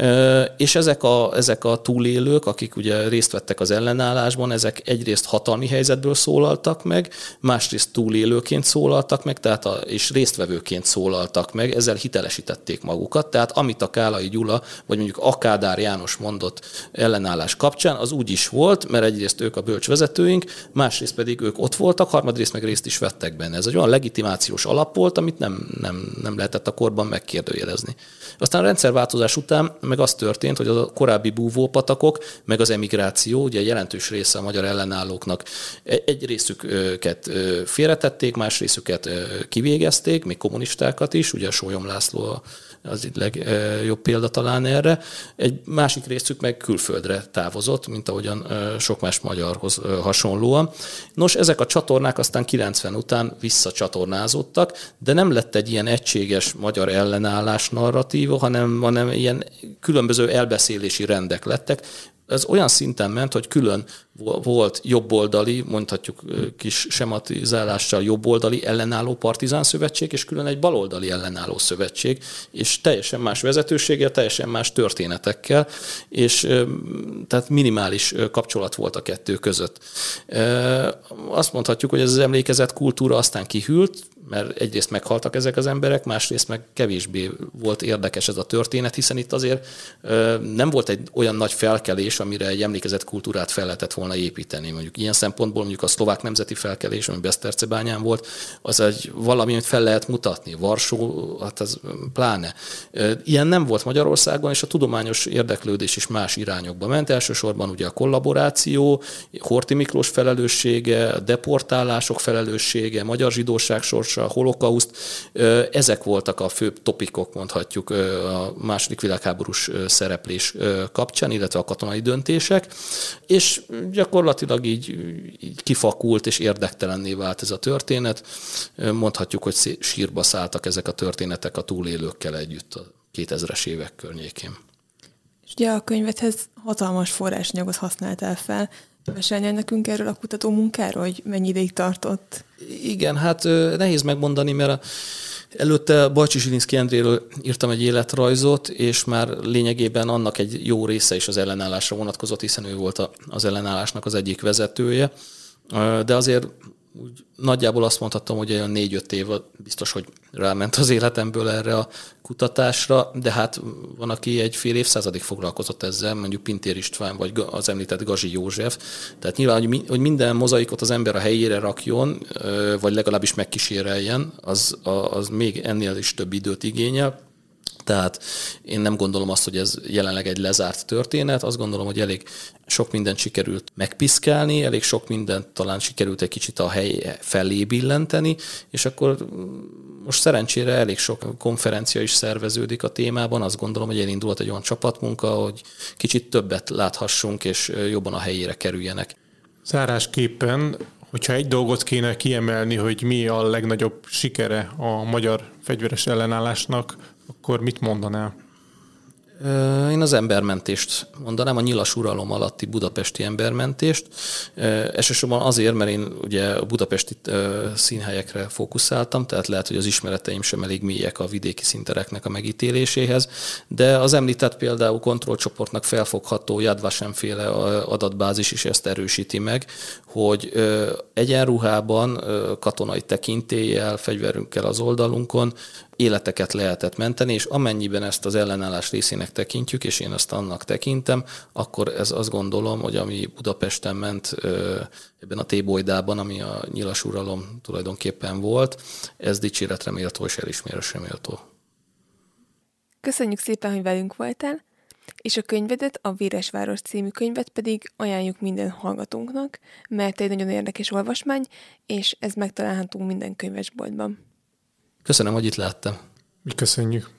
és ezek a, ezek a túlélők, akik ugye részt vettek az ellenállásban, ezek egyrészt hatalmi helyzetből szólaltak meg, másrészt túlélőként szólaltak meg, tehát a, és résztvevőként szólaltak meg, ezzel hitelesítették magukat, tehát amit a Kálai Gyula, vagy mondjuk a Kádár János mondott ellenállás kapcsán, az úgy is volt, mert egyrészt ők a bölcs vezetőink, másrészt pedig ők ott voltak, harmadrészt meg részt is vettek benne. Ez egy olyan legitimációs alap volt, amit nem, nem, nem lehetett a korban megkérdőjelezni. Aztán a rendszerváltozás után meg az történt, hogy a korábbi búvópatakok, meg az emigráció, ugye jelentős része a magyar ellenállóknak egy részüket félretették, más részüket kivégezték, még kommunistákat is, ugye Sólyom László az itt legjobb példa talán erre. Egy másik részük meg külföldre távozott, mint ahogyan sok más magyarhoz hasonlóan. Nos, ezek a csatornák aztán kilencven után visszacsatornázódtak, de nem lett egy ilyen egységes magyar ellenállás narratíva, hanem, hanem ilyen különböző elbeszélési rendek lettek. Ez olyan szinten ment, hogy külön volt jobboldali, mondhatjuk kis sematizálással jobboldali ellenálló partizán szövetség, és külön egy baloldali ellenálló szövetség, és teljesen más vezetőséggel, teljesen más történetekkel, és tehát minimális kapcsolat volt a kettő között. Azt mondhatjuk, hogy ez az emlékezett kultúra aztán kihűlt, mert egyrészt meghaltak ezek az emberek, másrészt meg kevésbé volt érdekes ez a történet, hiszen itt azért nem volt egy olyan nagy felkelés, amire egy emlékezett kultúrát fel lehetett volna volna építeni. Mondjuk ilyen szempontból mondjuk a szlovák nemzeti felkelés, ami Besztercebányán volt, az egy valami, amit fel lehet mutatni. Varsó, hát ez pláne. Ilyen nem volt Magyarországon, és a tudományos érdeklődés is más irányokba ment. Elsősorban ugye a kollaboráció, Horthy Miklós felelőssége, a deportálások felelőssége, magyar zsidóság sorsa, holokauszt. Ezek voltak a főbb topikok, mondhatjuk, a második világháborús szereplés kapcsán, illetve a katonai döntések, és gyakorlatilag így, így kifakult és érdektelenné vált ez a történet. Mondhatjuk, hogy sírba szálltak ezek a történetek a túlélőkkel együtt a kétezres évek környékén. És ugye a könyvedhez hatalmas forrásanyagot használtál fel. Mesélj nekünk erről a kutató munkáról, hogy mennyi ideig tartott? Igen, hát nehéz megmondani, mert előtte Bajcsi Zsilinszky Endréről írtam egy életrajzot, és már lényegében annak egy jó része is az ellenállásra vonatkozott, hiszen ő volt az ellenállásnak az egyik vezetője. De azért úgy nagyjából azt mondhatom, hogy olyan négy-öt év biztos, hogy ráment az életemből erre a kutatásra, de hát van, aki egy fél évszázadig foglalkozott ezzel, mondjuk Pintér István, vagy az említett Gazi József. Tehát nyilván, hogy minden mozaikot az ember a helyére rakjon, vagy legalábbis megkíséreljen, az, az még ennél is több időt igényel. Tehát én nem gondolom azt, hogy ez jelenleg egy lezárt történet, azt gondolom, hogy elég sok mindent sikerült megpiszkálni, elég sok mindent talán sikerült egy kicsit a hely felé billenteni, és akkor most szerencsére elég sok konferencia is szerveződik a témában, azt gondolom, hogy elindult egy olyan csapatmunka, hogy kicsit többet láthassunk, és jobban a helyére kerüljenek. Zárásképpen, hogyha egy dolgot kéne kiemelni, hogy mi a legnagyobb sikere a magyar fegyveres ellenállásnak, akkor mit mondanál? Én az embermentést mondanám, a nyilas uralom alatti budapesti embermentést. Elsősorban azért, mert én ugye a budapesti színhelyekre fókuszáltam, tehát lehet, hogy az ismereteim sem elég mélyek a vidéki színtereknek a megítéléséhez, de az említett például kontrollcsoportnak felfogható Yad Vashem-féle adatbázis is ezt erősíti meg, hogy egyenruhában, katonai tekintéllyel, fegyverünkkel az oldalunkon életeket lehetett menteni, és amennyiben ezt az ellenállás részének tekintjük, és én ezt annak tekintem, akkor ez azt gondolom, hogy ami Budapesten ment ebben a tébolydában, ami a nyilas uralom tulajdonképpen volt, ez dicséretre méltó és elismerésre méltó. Köszönjük szépen, hogy velünk voltál, és a könyvedet, a Véresváros című könyvet pedig ajánljuk minden hallgatónknak, mert egy nagyon érdekes olvasmány, és ez megtalálható minden könyvesboltban. Köszönöm, hogy itt láttam. Mi köszönjük.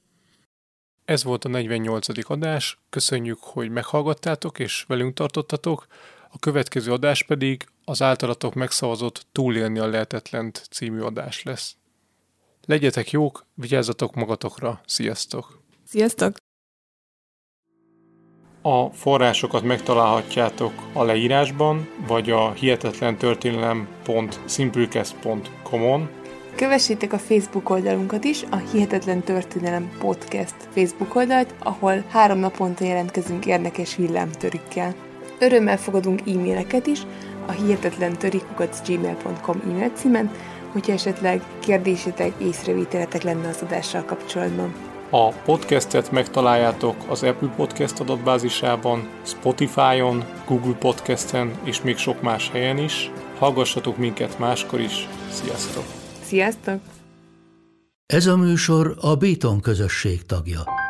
Ez volt a negyvennyolcadik adás. Köszönjük, hogy meghallgattátok és velünk tartottatok. A következő adás pedig az általatok megszavazott Túlélni a lehetetlent című adás lesz. Legyetek jók, vigyázzatok magatokra. Sziasztok! Sziasztok! A forrásokat megtalálhatjátok a leírásban, vagy a hihetetlentörténelem pont simplecast pont com-on. Kövessétek a Facebook oldalunkat is, a Hihetetlen Történelem Podcast Facebook oldalt, ahol három naponta jelentkezünk érdekes villámtörikkel. Örömmel fogadunk e-maileket is a hihetetlentörik kukac gmail pont com e-mail címen, hogyha esetleg kérdésetek, észrevételetek lenne az adással kapcsolatban. A podcastet megtaláljátok az Apple Podcast adatbázisában, Spotify-on, Google Podcasten és még sok más helyen is. Hallgassatok minket máskor is. Sziasztok! Sziasztok! Ez a műsor a Béton közösség tagja.